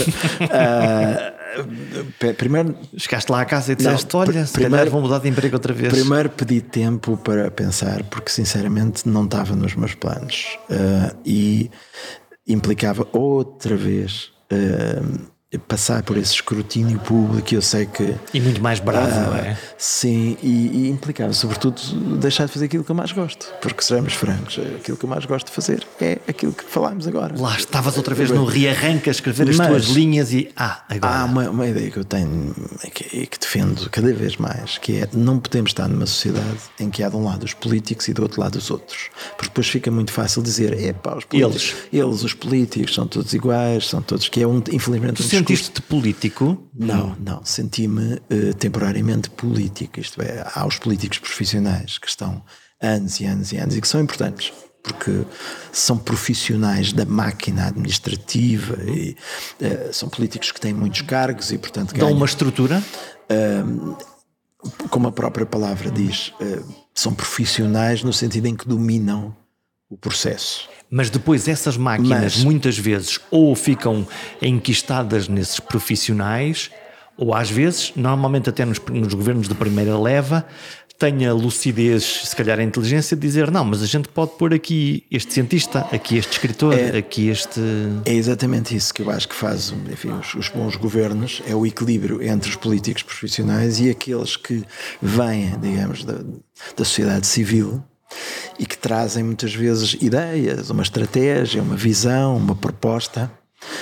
S2: uh, primeiro...
S1: Chegaste lá à casa e disseste,
S2: não,
S1: olha, se
S2: primeiro,
S1: calhar vou mudar de emprego outra vez.
S2: Primeiro pedi tempo para pensar, porque sinceramente não estava nos meus planos uh, e implicava outra vez... Uh, passar por esse escrutínio público. Eu sei que...
S1: E muito mais bravo,
S2: uh,
S1: não é?
S2: Sim, e, e implicava sobretudo deixar de fazer aquilo que eu mais gosto, porque sejamos francos, aquilo que eu mais gosto de fazer é aquilo que falámos agora.
S1: Lá estavas outra vez no rearranca a escrever as
S2: Mas
S1: tuas linhas e... Ah, agora...
S2: Há uma, uma ideia que eu tenho e que, que defendo cada vez mais, que é não podemos estar numa sociedade em que há de um lado os políticos e do outro lado os outros, porque depois fica muito fácil dizer, é pá, os políticos, eles. eles, os políticos, são todos iguais, são todos, que é um, infelizmente, um
S1: Sentiste-te político?
S2: Não, não. Senti-me uh, temporariamente político. Isto é, há os políticos profissionais que estão anos e anos e anos e que são importantes porque são profissionais da máquina administrativa e uh, são políticos que têm muitos cargos e, portanto, ganham...
S1: Dão uma estrutura?
S2: Uh, como a própria palavra diz, uh, são profissionais no sentido em que dominam o processo.
S1: Mas depois essas máquinas
S2: Mas,
S1: muitas vezes ou ficam enquistadas nesses profissionais ou às vezes, normalmente até nos, nos governos de primeira leva, tem a lucidez, se calhar a inteligência de dizer não, mas a gente pode pôr aqui este cientista, aqui este escritor,
S2: é,
S1: aqui este...
S2: É exatamente isso que eu acho que faz, enfim, os, os bons governos, é o equilíbrio entre os políticos profissionais e aqueles que vêm, digamos, da, da sociedade civil e que trazem muitas vezes ideias, uma estratégia, uma visão, uma proposta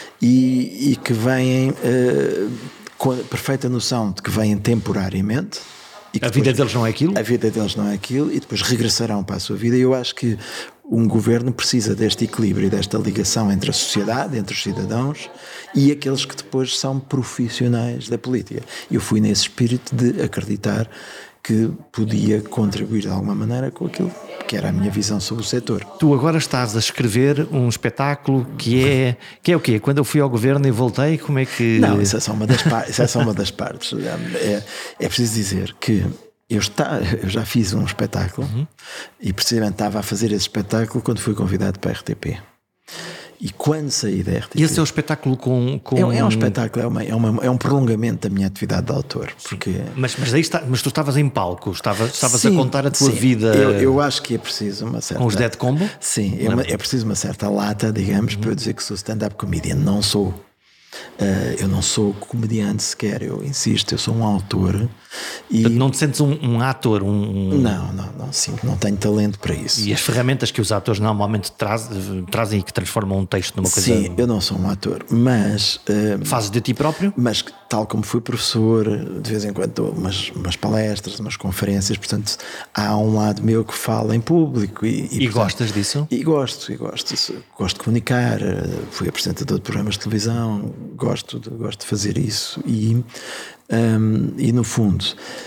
S2: e, e que vêm uh, com a perfeita noção de que vêm temporariamente. E que
S1: a
S2: depois,
S1: vida deles não é aquilo?
S2: A vida deles não é aquilo e depois regressarão para a sua vida. E eu acho que um governo precisa deste equilíbrio, desta ligação entre a sociedade, entre os cidadãos e aqueles que depois são profissionais da política. Eu fui nesse espírito de acreditar que podia contribuir de alguma maneira com aquilo que era a minha visão sobre o setor.
S1: Tu agora estás a escrever um espetáculo que é... Que é o quê? Quando eu fui ao governo e voltei, como é que...
S2: Não, isso é só uma das, par- isso é só uma das partes. É, é preciso dizer que eu, está, eu já fiz um espetáculo uhum. e precisamente estava a fazer esse espetáculo quando fui convidado para a R T P. E quando saí da R T P...
S1: E esse é o espetáculo com... com...
S2: É, é um espetáculo, é, uma, é, uma, é um prolongamento da minha atividade de autor. Porque...
S1: Mas, mas, aí está, mas tu estavas em palco, estavas, estavas
S2: sim,
S1: a contar a tua
S2: sim.
S1: vida...
S2: Eu, eu acho que é preciso uma certa...
S1: Com os Dead Combo?
S2: Sim, é, uma, é preciso uma certa lata, digamos, uhum. para eu dizer que sou stand-up comedian. Não sou. Uh, eu não sou comediante sequer, eu insisto, eu sou um autor. E...
S1: Portanto, não te sentes um, um ator? Um...
S2: Não, não, não, sim, não tenho talento para isso.
S1: E as ferramentas que os atores normalmente traz, trazem e que transformam um texto numa coisa...
S2: Sim, eu não sou um ator, mas... Uh,
S1: Fazes de ti próprio?
S2: Mas tal como fui professor, de vez em quando dou umas, umas palestras, umas conferências, portanto há um lado meu que fala em público. E, e,
S1: e
S2: portanto,
S1: gostas disso?
S2: E gosto, e gosto. Gosto de comunicar, fui apresentador de programas de televisão, gosto de, gosto de fazer isso e, um, e no fundo,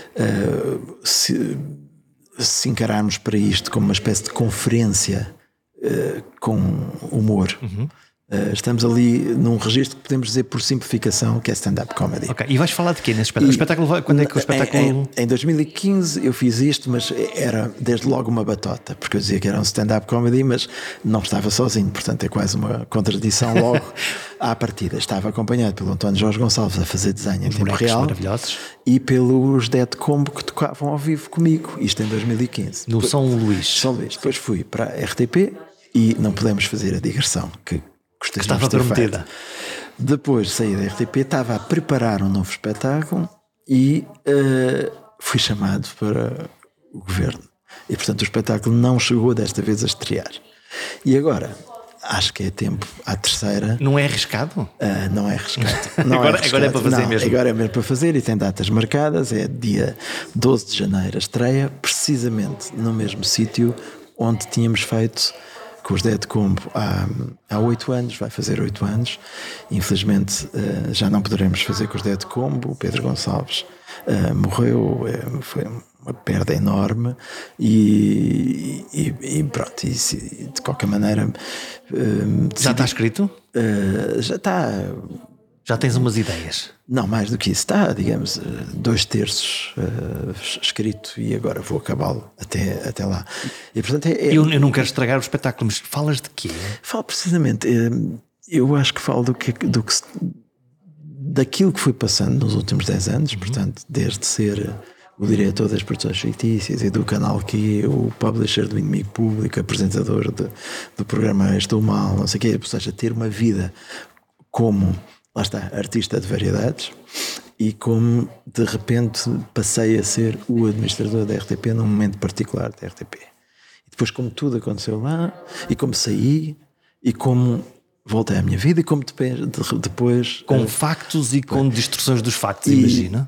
S2: uh, se, se encararmos para isto como uma espécie de conferência uh, com humor, uhum. Uh, estamos ali num registro que podemos dizer por simplificação que é stand-up comedy.
S1: Ok, e vais falar de quê nesse espetáculo? E, o espetáculo vai, quando é que o espetáculo...
S2: Em, em, em dois mil e quinze eu fiz isto, mas era desde logo uma batota, porque eu dizia que era um stand-up comedy, mas não estava sozinho, portanto é quase uma contradição logo à partida. Estava acompanhado pelo António Jorge Gonçalves a fazer desenho em tempo real
S1: maravilhosos.
S2: E pelos Dead Combo que tocavam ao vivo comigo, isto em dois mil e quinze.
S1: No
S2: Depois,
S1: São Luís.
S2: São Luís. Depois fui para a R T P e não pudemos fazer a digressão que
S1: que estava prometida.
S2: Depois saí da R T P, estava a preparar um novo espetáculo e uh, fui chamado para o governo. E portanto o espetáculo não chegou desta vez a estrear. E agora, acho que é tempo à terceira.
S1: Não é arriscado?
S2: Uh, não é arriscado. Não
S1: agora,
S2: é arriscado.
S1: agora é para fazer
S2: não,
S1: mesmo.
S2: Agora é mesmo para fazer e tem datas marcadas. É dia doze de janeiro a estreia, precisamente no mesmo sítio onde tínhamos feito com os Dead Combo há, há oito anos, vai fazer oito anos. Infelizmente uh, já não poderemos fazer com os Dead Combo. O Pedro Gonçalves uh, morreu, uh, foi uma perda enorme e, e, e pronto, e se, de qualquer maneira... Uh,
S1: decidi, já está escrito?
S2: Uh, já está...
S1: Já tens umas ideias?
S2: Não, mais do que isso. Está, digamos, dois terços uh, escrito e agora vou acabá-lo até, até lá. E, portanto, é, é...
S1: Eu, eu não quero estragar o espetáculo, mas falas de quê?
S2: Falo precisamente, eu acho que falo do que, do que daquilo que foi passando nos últimos dez anos, uhum. Portanto, desde ser o diretor das produções fictícias e do canal que o publisher do Inimigo Público, apresentador de, do programa Estou Mal, não sei o quê, ou seja, ter uma vida como, lá está, artista de variedades, e como de repente passei a ser o administrador da R T P num momento particular da R T P. E depois como tudo aconteceu lá, e como saí, e como voltei à minha vida, e como depois... depois
S1: com
S2: uh,
S1: factos e com distorções dos factos,
S2: e,
S1: imagina.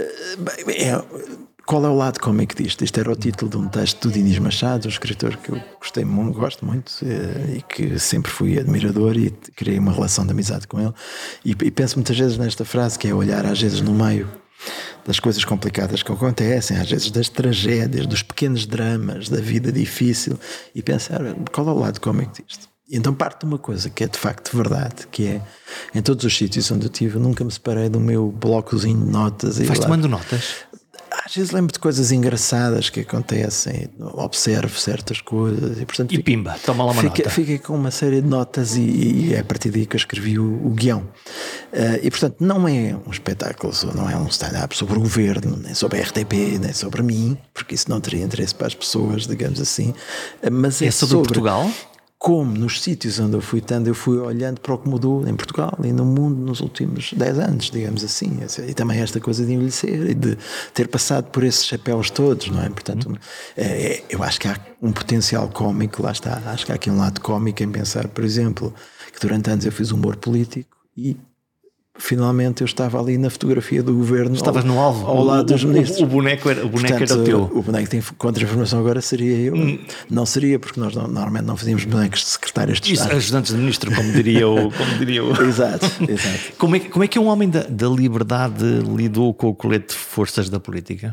S2: Uh, é, qual é o lado cómico disto? Isto era o título de um texto do Dinis Machado, um escritor que eu gostei muito, gosto muito, uh, e que sempre fui admirador e criei uma relação de amizade com ele. E, e penso muitas vezes nesta frase, que é olhar às vezes no meio das coisas complicadas que acontecem, às vezes das tragédias, dos pequenos dramas, da vida difícil, e pensar qual é o lado cómico disto. E então parte de uma coisa que é de facto verdade, que é, em todos os sítios onde eu estive, nunca me separei do meu blocozinho de notas.
S1: Vais tomando notas?
S2: Às vezes lembro de coisas engraçadas que acontecem, observo certas coisas. E, portanto,
S1: e
S2: fiquei,
S1: pimba, toma lá uma
S2: fiquei,
S1: nota.
S2: Fiquei com uma série de notas e, e é a partir daí que eu escrevi o, o guião. Uh, e portanto não é um espetáculo, não é um stand-up sobre o governo, nem sobre a R T P, nem sobre mim, porque isso não teria interesse para as pessoas, digamos assim. Uh, mas é,
S1: é sobre, sobre Portugal?
S2: Como nos sítios onde eu fui estando, eu fui olhando para o que mudou em Portugal e no mundo nos últimos dez anos, digamos assim. E também esta coisa de envelhecer e de ter passado por esses chapéus todos, não é? Portanto, é, eu acho que há um potencial cómico, lá está. Acho que há aqui um lado cómico em pensar, por exemplo, que durante anos eu fiz humor político e finalmente eu estava ali na fotografia do governo.
S1: Estavas
S2: ao,
S1: no alvo,
S2: ao lado
S1: o,
S2: dos ministros.
S1: O, o boneco era o, boneco
S2: Portanto,
S1: era o teu.
S2: O boneco tem contra-informação agora seria eu. Hum. Não seria, porque nós não, normalmente não fazíamos bonecos de secretários de Estado.
S1: Isso, ajudantes de ministro, como diria o. Como diria o...
S2: Exato, exato.
S1: Como é, como é que um homem da, da liberdade lidou com o colete de forças da política?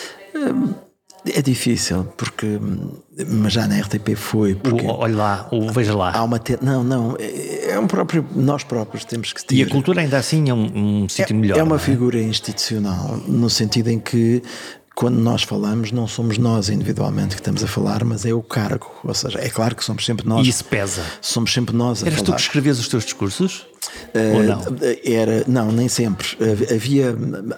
S2: Hum. É difícil, porque mas já na R T P foi porque
S1: o, olha lá, o veja lá.
S2: Há uma te... Não, não, é um próprio, nós próprios temos que ter.
S1: E a cultura ainda assim é um, um sítio
S2: é,
S1: melhor.
S2: É uma
S1: é?
S2: figura institucional, no sentido em que quando nós falamos não somos nós individualmente que estamos a falar, mas é o cargo, ou seja, é claro que somos sempre nós.
S1: E isso pesa.
S2: Somos sempre nós a
S1: Eras
S2: falar.
S1: tu que escrevias os teus discursos?
S2: Uh,
S1: Ou não?
S2: Era, não, nem sempre. Havia,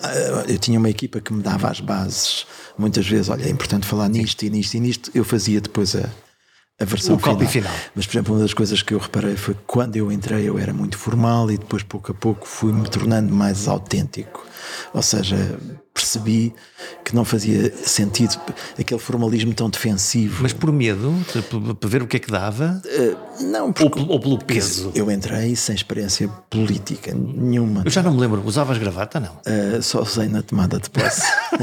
S2: eu tinha uma equipa que me dava as bases. Muitas vezes, olha, é importante falar nisto e nisto e nisto. Eu fazia depois a, a versão
S1: o
S2: final.
S1: copy final.
S2: Mas, por exemplo, uma das coisas que eu reparei foi que quando eu entrei eu era muito formal e depois, pouco a pouco, fui-me tornando mais autêntico. Ou seja, percebi que não fazia sentido aquele formalismo tão defensivo.
S1: Mas por medo, para ver o que é que dava?
S2: Uh, não, porque,
S1: ou, ou pelo peso?
S2: Eu entrei sem experiência política nenhuma.
S1: Eu já não me lembro, usavas gravata, não?
S2: Uh, só usei na tomada de posse.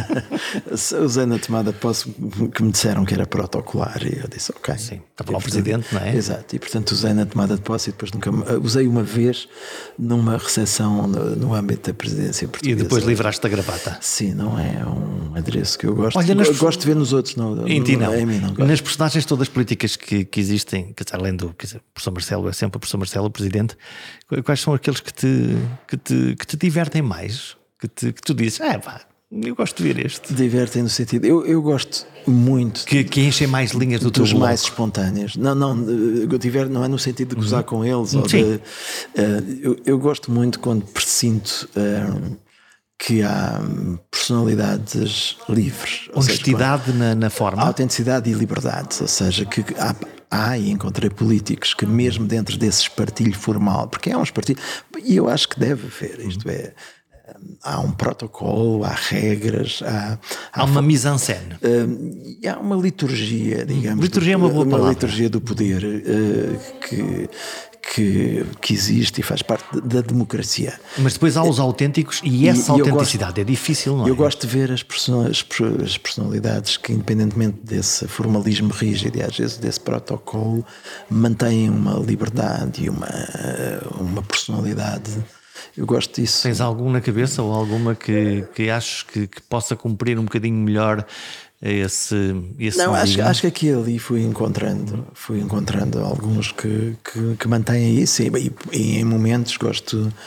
S2: Só usei na tomada de posse que me disseram que era protocolar e eu disse ok.
S1: Sim, estava lá o presidente, não é?
S2: Exato, e portanto usei na tomada de posse e depois nunca usei uma vez numa recepção no, no âmbito da presidência portuguesa.
S1: E depois livraste da gravata.
S2: Sim, não é um adereço que eu gosto.
S1: Olha, nas...
S2: eu gosto de ver nos outros, não,
S1: em ti não.
S2: Em mim não gosto.
S1: Nas personagens todas políticas que, que existem, quer dizer, além do quer dizer, o professor Marcelo é sempre o professor Marcelo, o presidente, quais são aqueles que te, que te, que te divertem mais? Que, te, que tu dizes, ah, pá, eu gosto de ver este.
S2: Divertem no sentido, eu, eu gosto muito.
S1: Que, que enchem mais linhas do teu
S2: dos
S1: bloco.
S2: Mais espontâneos. Não, não, eu tiver, não é no sentido de gozar uhum. com eles. Ou
S1: Sim.
S2: de, uh, eu, eu gosto muito quando presinto uh, que há personalidades livres.
S1: Honestidade
S2: seja,
S1: na, na forma.
S2: Autenticidade e liberdade. Ou seja, que há, há e encontrei políticos que mesmo dentro desse espartilho formal, porque há um espartilho, e eu acho que deve haver, isto é, há um protocolo, há regras, há,
S1: há, há uma mise en scène.
S2: Uh, há uma liturgia, digamos.
S1: Liturgia do, é uma boa
S2: uma
S1: palavra.
S2: liturgia do poder uh, que, que, que existe e faz parte da democracia.
S1: Mas depois há os autênticos e essa e, autenticidade gosto, é difícil, não é?
S2: Eu gosto de ver as, person as personalidades que, independentemente desse formalismo rígido e às vezes desse protocolo, mantêm uma liberdade e uma, uma personalidade. Eu gosto disso.
S1: Tens algum na cabeça ou alguma que, que achas que, que possa cumprir um bocadinho melhor esse, esse
S2: Não, acho, acho que aqui e ali fui encontrando, fui encontrando alguns que, que, que mantêm isso e, e, e em momentos gosto,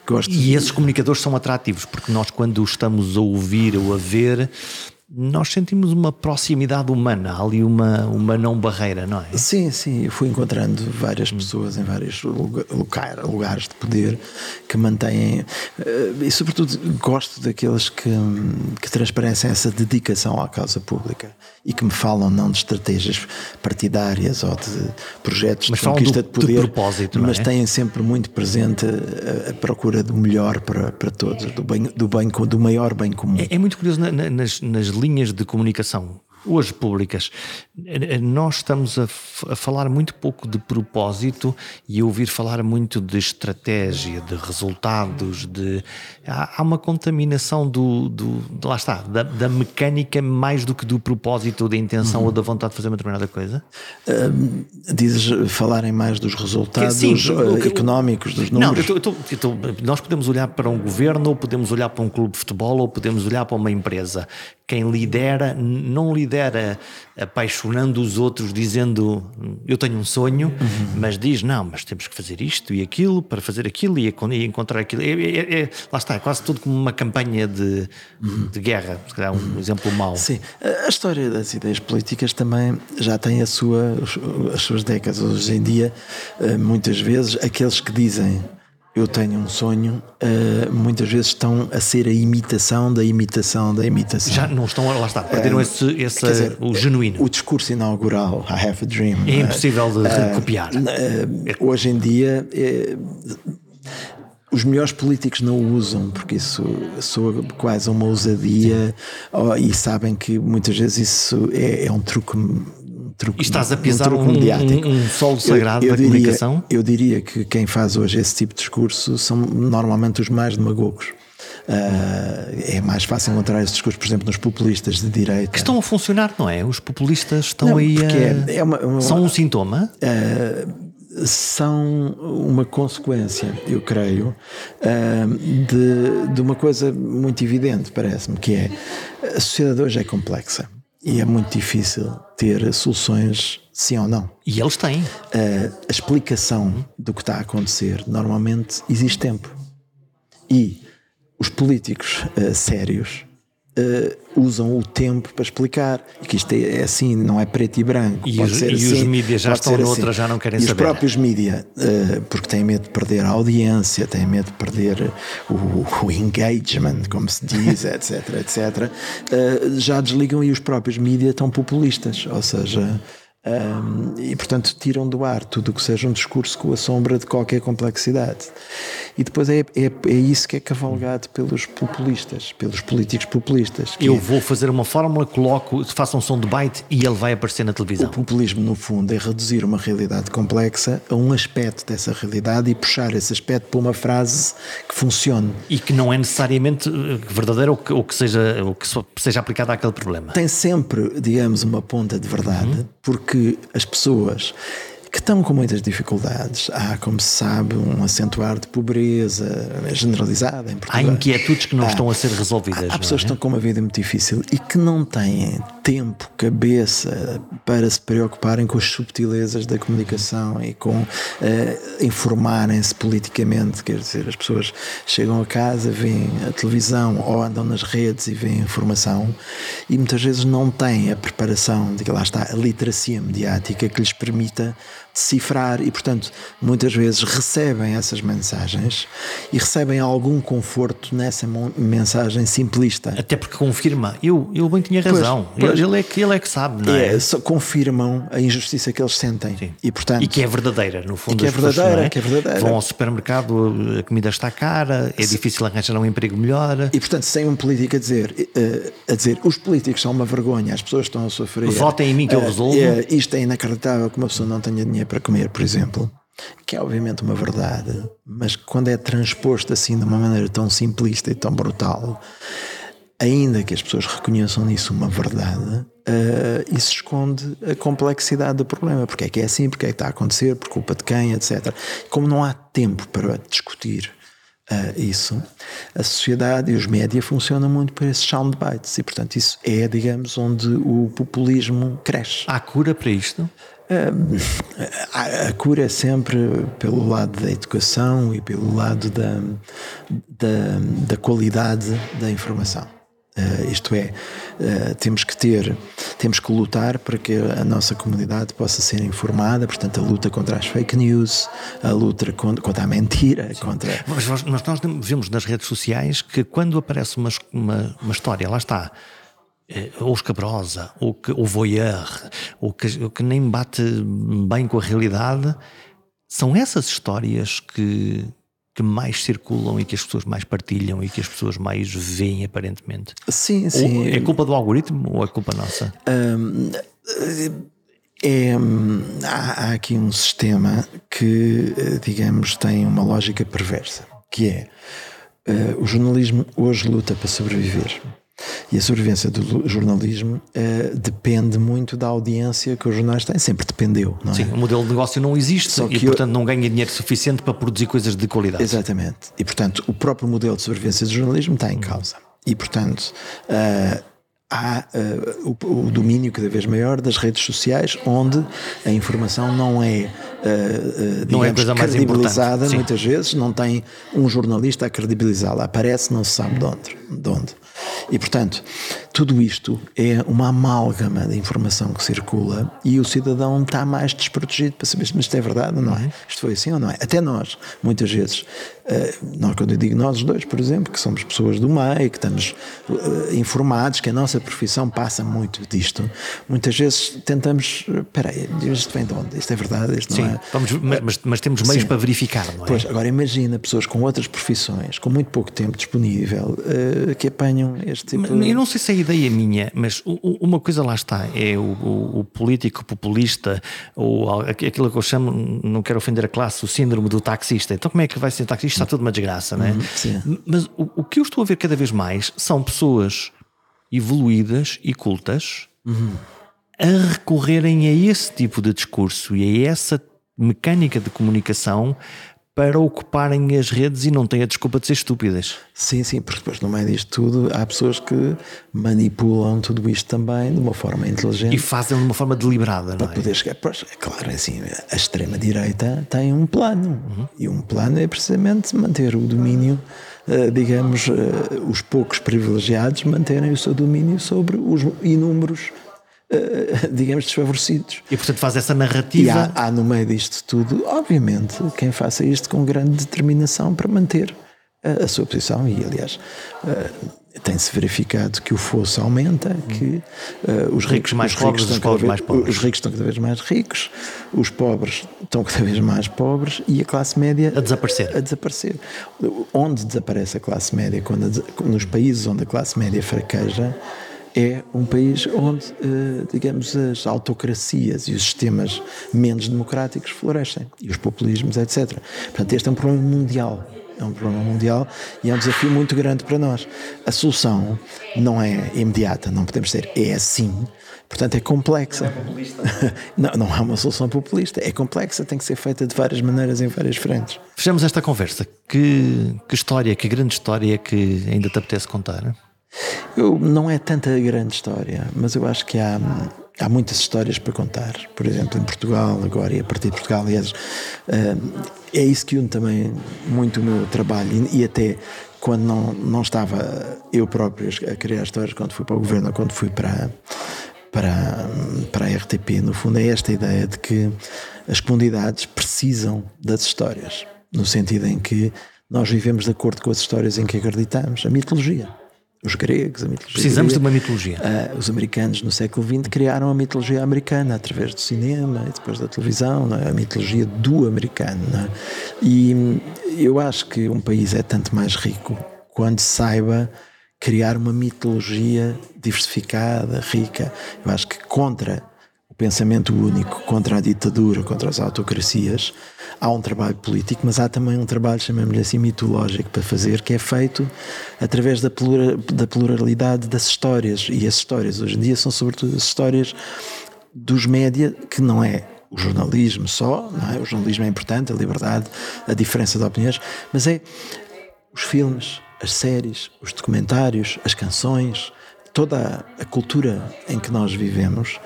S2: gosto.
S1: E esses comunicadores são atrativos, porque nós, quando estamos a ouvir ou a ver, nós sentimos uma proximidade humana, há ali uma, uma não barreira, não é?
S2: Sim, sim, eu fui encontrando várias pessoas em vários lugar, lugares de poder que mantêm, e sobretudo gosto daqueles que, que transparecem essa dedicação à causa pública e que me falam não de estratégias partidárias ou de projetos
S1: mas
S2: de conquista
S1: do,
S2: de poder,
S1: de propósito, não é?
S2: Mas têm sempre muito presente a, a procura do melhor para, para todos, do bem, do bem, do maior bem comum.
S1: É, é muito curioso na, na, nas, nas linhas de comunicação hoje públicas, nós estamos a, a falar muito pouco de propósito e a ouvir falar muito de estratégia, de resultados, de há, há uma contaminação do, do de, lá está, da, da mecânica mais do que do propósito, da intenção uhum. ou da vontade de fazer uma determinada coisa.
S2: Uh, dizes falarem mais dos resultados Sim, uh, que, económicos, dos números?
S1: Não, eu tô, eu tô, eu tô, nós podemos olhar para um governo, ou podemos olhar para um clube de futebol, ou podemos olhar para uma empresa. Quem lidera, não lidera apaixonando os outros, dizendo eu tenho um sonho, uhum. mas diz não, mas temos que fazer isto e aquilo para fazer aquilo e, e encontrar aquilo. É, é, é, lá está, é quase tudo como uma campanha de, uhum. de guerra, se calhar um uhum. exemplo mau.
S2: Sim, a história das ideias políticas também já tem a sua, as suas décadas. Hoje em dia, muitas vezes, aqueles que dizem eu tenho um sonho, uh, muitas vezes estão a ser a imitação da imitação da imitação.
S1: Já não estão, lá está, perderam uh, esse, esse quer dizer, o genuíno.
S2: O discurso inaugural, I have a dream.
S1: É impossível de uh, copiar.
S2: Uh, uh, hoje em dia, uh, os melhores políticos não o usam, porque isso soa quase uma ousadia, oh, e sabem que muitas vezes isso é, é um truque. Truque,
S1: e estás a pisar um,
S2: um,
S1: um, um solo sagrado eu, eu da
S2: diria,
S1: comunicação?
S2: Eu diria que quem faz hoje esse tipo de discurso são normalmente os mais demagogos. Uh, é mais fácil encontrar esse discurso, por exemplo, nos populistas de direita.
S1: Que estão a funcionar, não é? Os populistas estão não, aí a... É, é uma, uma, são um sintoma?
S2: Uh, são uma consequência, eu creio, uh, de, de uma coisa muito evidente, parece-me, que é a sociedade hoje é complexa. E é muito difícil ter soluções sim ou não.
S1: E eles têm.
S2: Uh, a explicação do que está a acontecer, normalmente existe tempo. E os políticos uh, sérios uh, usam o tempo para explicar que isto é, é assim, não é preto e branco.
S1: E,
S2: pode
S1: os,
S2: ser
S1: e
S2: assim,
S1: os mídias já estão noutra, assim. Já não querem
S2: e
S1: saber.
S2: E os próprios mídias, uh, porque têm medo de perder a audiência, têm medo de perder o, o engagement, como se diz, etc, etc, uh, já desligam e os próprios mídias estão populistas, ou seja... Um, e portanto tiram do ar tudo o que seja um discurso com a sombra de qualquer complexidade, e depois é, é, é isso que é cavalgado pelos populistas, pelos políticos populistas.
S1: Eu
S2: é,
S1: vou fazer uma fórmula, coloco, façam um som de byte e ele vai aparecer na televisão.
S2: O populismo no fundo é reduzir uma realidade complexa a um aspecto dessa realidade e puxar esse aspecto para uma frase que funcione
S1: e que não é necessariamente verdadeira ou que, ou que, seja, ou que seja aplicada àquele problema.
S2: Tem sempre, digamos, uma ponta de verdade, uhum. porque que as pessoas que estão com muitas dificuldades, há, como se sabe, um acentuar de pobreza generalizada em Portugal.
S1: Há inquietudes que não há, estão a ser resolvidas.
S2: Há, há pessoas
S1: é?
S2: que estão com uma vida muito difícil e que não têm tempo, cabeça para se preocuparem com as subtilezas da comunicação e com uh, informarem-se politicamente. Quer dizer, as pessoas chegam a casa, veem a televisão ou andam nas redes e veem informação e muitas vezes não têm a preparação, de que lá está, a literacia mediática que lhes permita decifrar e, portanto, muitas vezes recebem essas mensagens e recebem algum conforto nessa mensagem simplista.
S1: Até porque confirma, eu, eu bem tinha razão, pois, pois, ele, é que, ele é que sabe, não é?
S2: é só confirmam a injustiça que eles sentem.
S1: Sim.
S2: E, portanto,
S1: e que é verdadeira, no fundo.
S2: E que é verdadeira, pessoas, é? que é verdadeira.
S1: Vão ao supermercado, a comida está cara, é Se, difícil arranjar um emprego melhor.
S2: E, portanto, sem um político a dizer, uh, a dizer os políticos são uma vergonha, as pessoas estão a sofrer.
S1: Votem em mim que uh, eu resolvo.
S2: Uh, isto é inacreditável que uma pessoa não tenha dinheiro para comer, por exemplo, que é obviamente uma verdade, mas quando é transposto assim de uma maneira tão simplista e tão brutal, ainda que as pessoas reconheçam nisso uma verdade, uh, isso esconde a complexidade do problema. Porque é que é assim, porque é que está a acontecer, por culpa de quem, etcétera. Como não há tempo para discutir uh, isso, a sociedade e os média funcionam muito por esses soundbites e, portanto, isso é, digamos, onde o populismo cresce.
S1: Há cura para isto?
S2: A, a cura é sempre pelo lado da educação e pelo lado da, da, da qualidade da informação. Uh, isto é, uh, temos que ter, temos que lutar para que a nossa comunidade possa ser informada, portanto a luta contra as fake news, a luta contra, contra a mentira, contra...
S1: Mas nós, nós vemos nas redes sociais que quando aparece uma, uma, uma história, lá está, ou escabrosa, ou, que, ou voyeur, ou que, ou que nem bate bem com a realidade, são essas histórias que... que mais circulam e que as pessoas mais partilham e que as pessoas mais veem aparentemente.
S2: Sim, sim.
S1: Ou é culpa do algoritmo ou é culpa nossa?
S2: Hum, é, há, há aqui um sistema que, digamos, tem uma lógica perversa, que é uh, o jornalismo hoje luta para sobreviver. E a sobrevivência do jornalismo uh, depende muito da audiência que os jornais têm. Sempre dependeu, não é?
S1: Sim, o modelo de negócio não existe
S2: Só
S1: e,
S2: que
S1: portanto,
S2: eu...
S1: não ganha dinheiro suficiente para produzir coisas de qualidade.
S2: Exatamente. E, portanto, o próprio modelo de sobrevivência do jornalismo está em causa. E, portanto, uh, há uh, o, o domínio cada vez maior das redes sociais, onde a informação não é, uh, uh,
S1: não
S2: digamos,
S1: é a coisa mais
S2: credibilizada,
S1: importante.
S2: muitas vezes, não tem um jornalista a credibilizá-la. Aparece, não se sabe de onde. De onde. E, portanto, tudo isto é uma amálgama de informação que circula e o cidadão está mais desprotegido para saber se isto é verdade ou não é. Isto foi assim ou não é. Até nós, muitas vezes, uh, nós, quando eu digo nós dois, por exemplo, que somos pessoas do meio, que estamos uh, informados, que a nossa profissão passa muito disto, muitas vezes tentamos, espera aí, isto vem de onde? Isto é verdade? Isto não
S1: Sim,
S2: é?
S1: vamos, mas, mas temos meios
S2: Sim.
S1: para verificar, não é?
S2: Pois, agora imagina pessoas com outras profissões, com muito pouco tempo disponível, uh, que apanham este tipo de...
S1: Eu não sei se é a ideia minha, mas uma coisa lá está, é o, o, o político populista, ou aquilo que eu chamo, não quero ofender a classe, o síndrome do taxista. Então como é que vai ser taxista? Está tudo uma desgraça, não é?
S2: Sim.
S1: Mas o, o que eu estou a ver cada vez mais são pessoas evoluídas e cultas uhum. a recorrerem a esse tipo de discurso e a essa mecânica de comunicação para ocuparem as redes e não têm a desculpa de ser estúpidas.
S2: Sim, sim, porque depois no meio disto tudo há pessoas que manipulam tudo isto também de uma forma inteligente.
S1: E fazem de uma forma deliberada,
S2: para
S1: não é?
S2: poder chegar. Pois, é claro, assim, a extrema-direita tem um plano. Uhum. E um plano é precisamente manter o domínio, uh, digamos, uh, os poucos privilegiados manterem o seu domínio sobre os inúmeros, Uh, digamos, desfavorecidos.
S1: E portanto faz essa narrativa.
S2: E há, há no meio disto tudo, obviamente, quem faça isto com grande determinação para manter a, a sua posição. E aliás, uh, tem-se verificado que o fosso aumenta, que uh, os ricos,
S1: mais
S2: os
S1: pobres,
S2: ricos
S1: os pobres
S2: vez,
S1: mais pobres.
S2: Os ricos estão cada vez mais ricos, os pobres estão cada vez mais pobres e a classe média
S1: a desaparecer.
S2: A desaparecer. Onde desaparece a classe média? Quando a, nos países onde a classe média fraqueja, é um país onde, digamos, as autocracias e os sistemas menos democráticos florescem, e os populismos, etcétera. Portanto, este é um problema mundial. É um problema mundial e é um desafio muito grande para nós. A solução não é imediata, não podemos dizer é assim, portanto é complexa. Não é populista. não, não há uma solução populista, é complexa, tem que ser feita de várias maneiras em várias frentes.
S1: Fechamos esta conversa. Que, que história, que grande história que ainda te apetece contar?
S2: Eu, não é tanta grande história, mas eu acho que há, há muitas histórias para contar. Por exemplo, em Portugal, agora, e a partir de Portugal, aliás, é isso que une também muito o meu trabalho. E, e até quando não, não estava eu próprio a criar histórias, quando fui para o governo ou quando fui para, para, para a R T P, no fundo é esta ideia de que as comunidades precisam das histórias, no sentido em que nós vivemos de acordo com as histórias em que acreditamos. A mitologia. Os gregos, a mitologia.
S1: Precisamos grega. de uma mitologia.
S2: Uh, os americanos no século vinte criaram a mitologia americana através do cinema e depois da televisão, não é? A mitologia do americano. Não é? E eu acho que um país é tanto mais rico quando saiba criar uma mitologia diversificada, rica. Eu acho que contra o pensamento único, contra a ditadura, contra as autocracias, há um trabalho político, mas há também um trabalho, chamemos-lhe assim, mitológico para fazer, que é feito através da, plura, da pluralidade das histórias. E as histórias hoje em dia são sobretudo as histórias dos média, que não é o jornalismo só, não é? O jornalismo é importante, a liberdade, a diferença de opiniões, mas é os filmes, as séries, os documentários, as canções, toda a cultura em que nós vivemos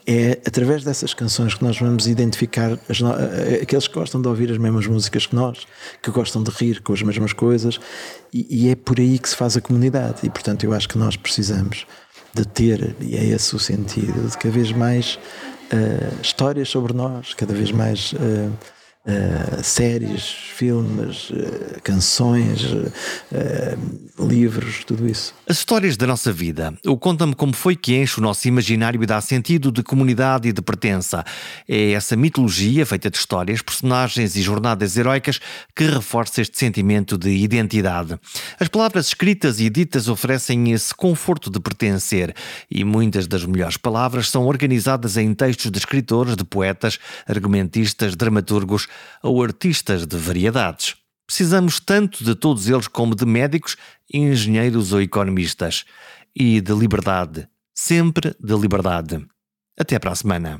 S2: é através dessas canções que nós vamos identificar as no... aqueles que gostam de ouvir as mesmas músicas que nós, que gostam de rir com as mesmas coisas, e, e é por aí que se faz a comunidade. E portanto eu acho que nós precisamos de ter, e é esse o sentido, de cada vez mais uh, histórias sobre nós, cada vez mais uh, uh, séries, filmes, uh, canções, uh, uh, livros, tudo isso.
S1: As histórias da nossa vida, o Conta-me Como Foi, que enche o nosso imaginário e dá sentido de comunidade e de pertença. É essa mitologia feita de histórias, personagens e jornadas heroicas que reforça este sentimento de identidade. As palavras escritas e ditas oferecem esse conforto de pertencer, e muitas das melhores palavras são organizadas em textos de escritores, de poetas, argumentistas, dramaturgos ou artistas de variedades. Precisamos tanto de todos eles como de médicos, engenheiros ou economistas. E de liberdade. Sempre de liberdade. Até para a semana.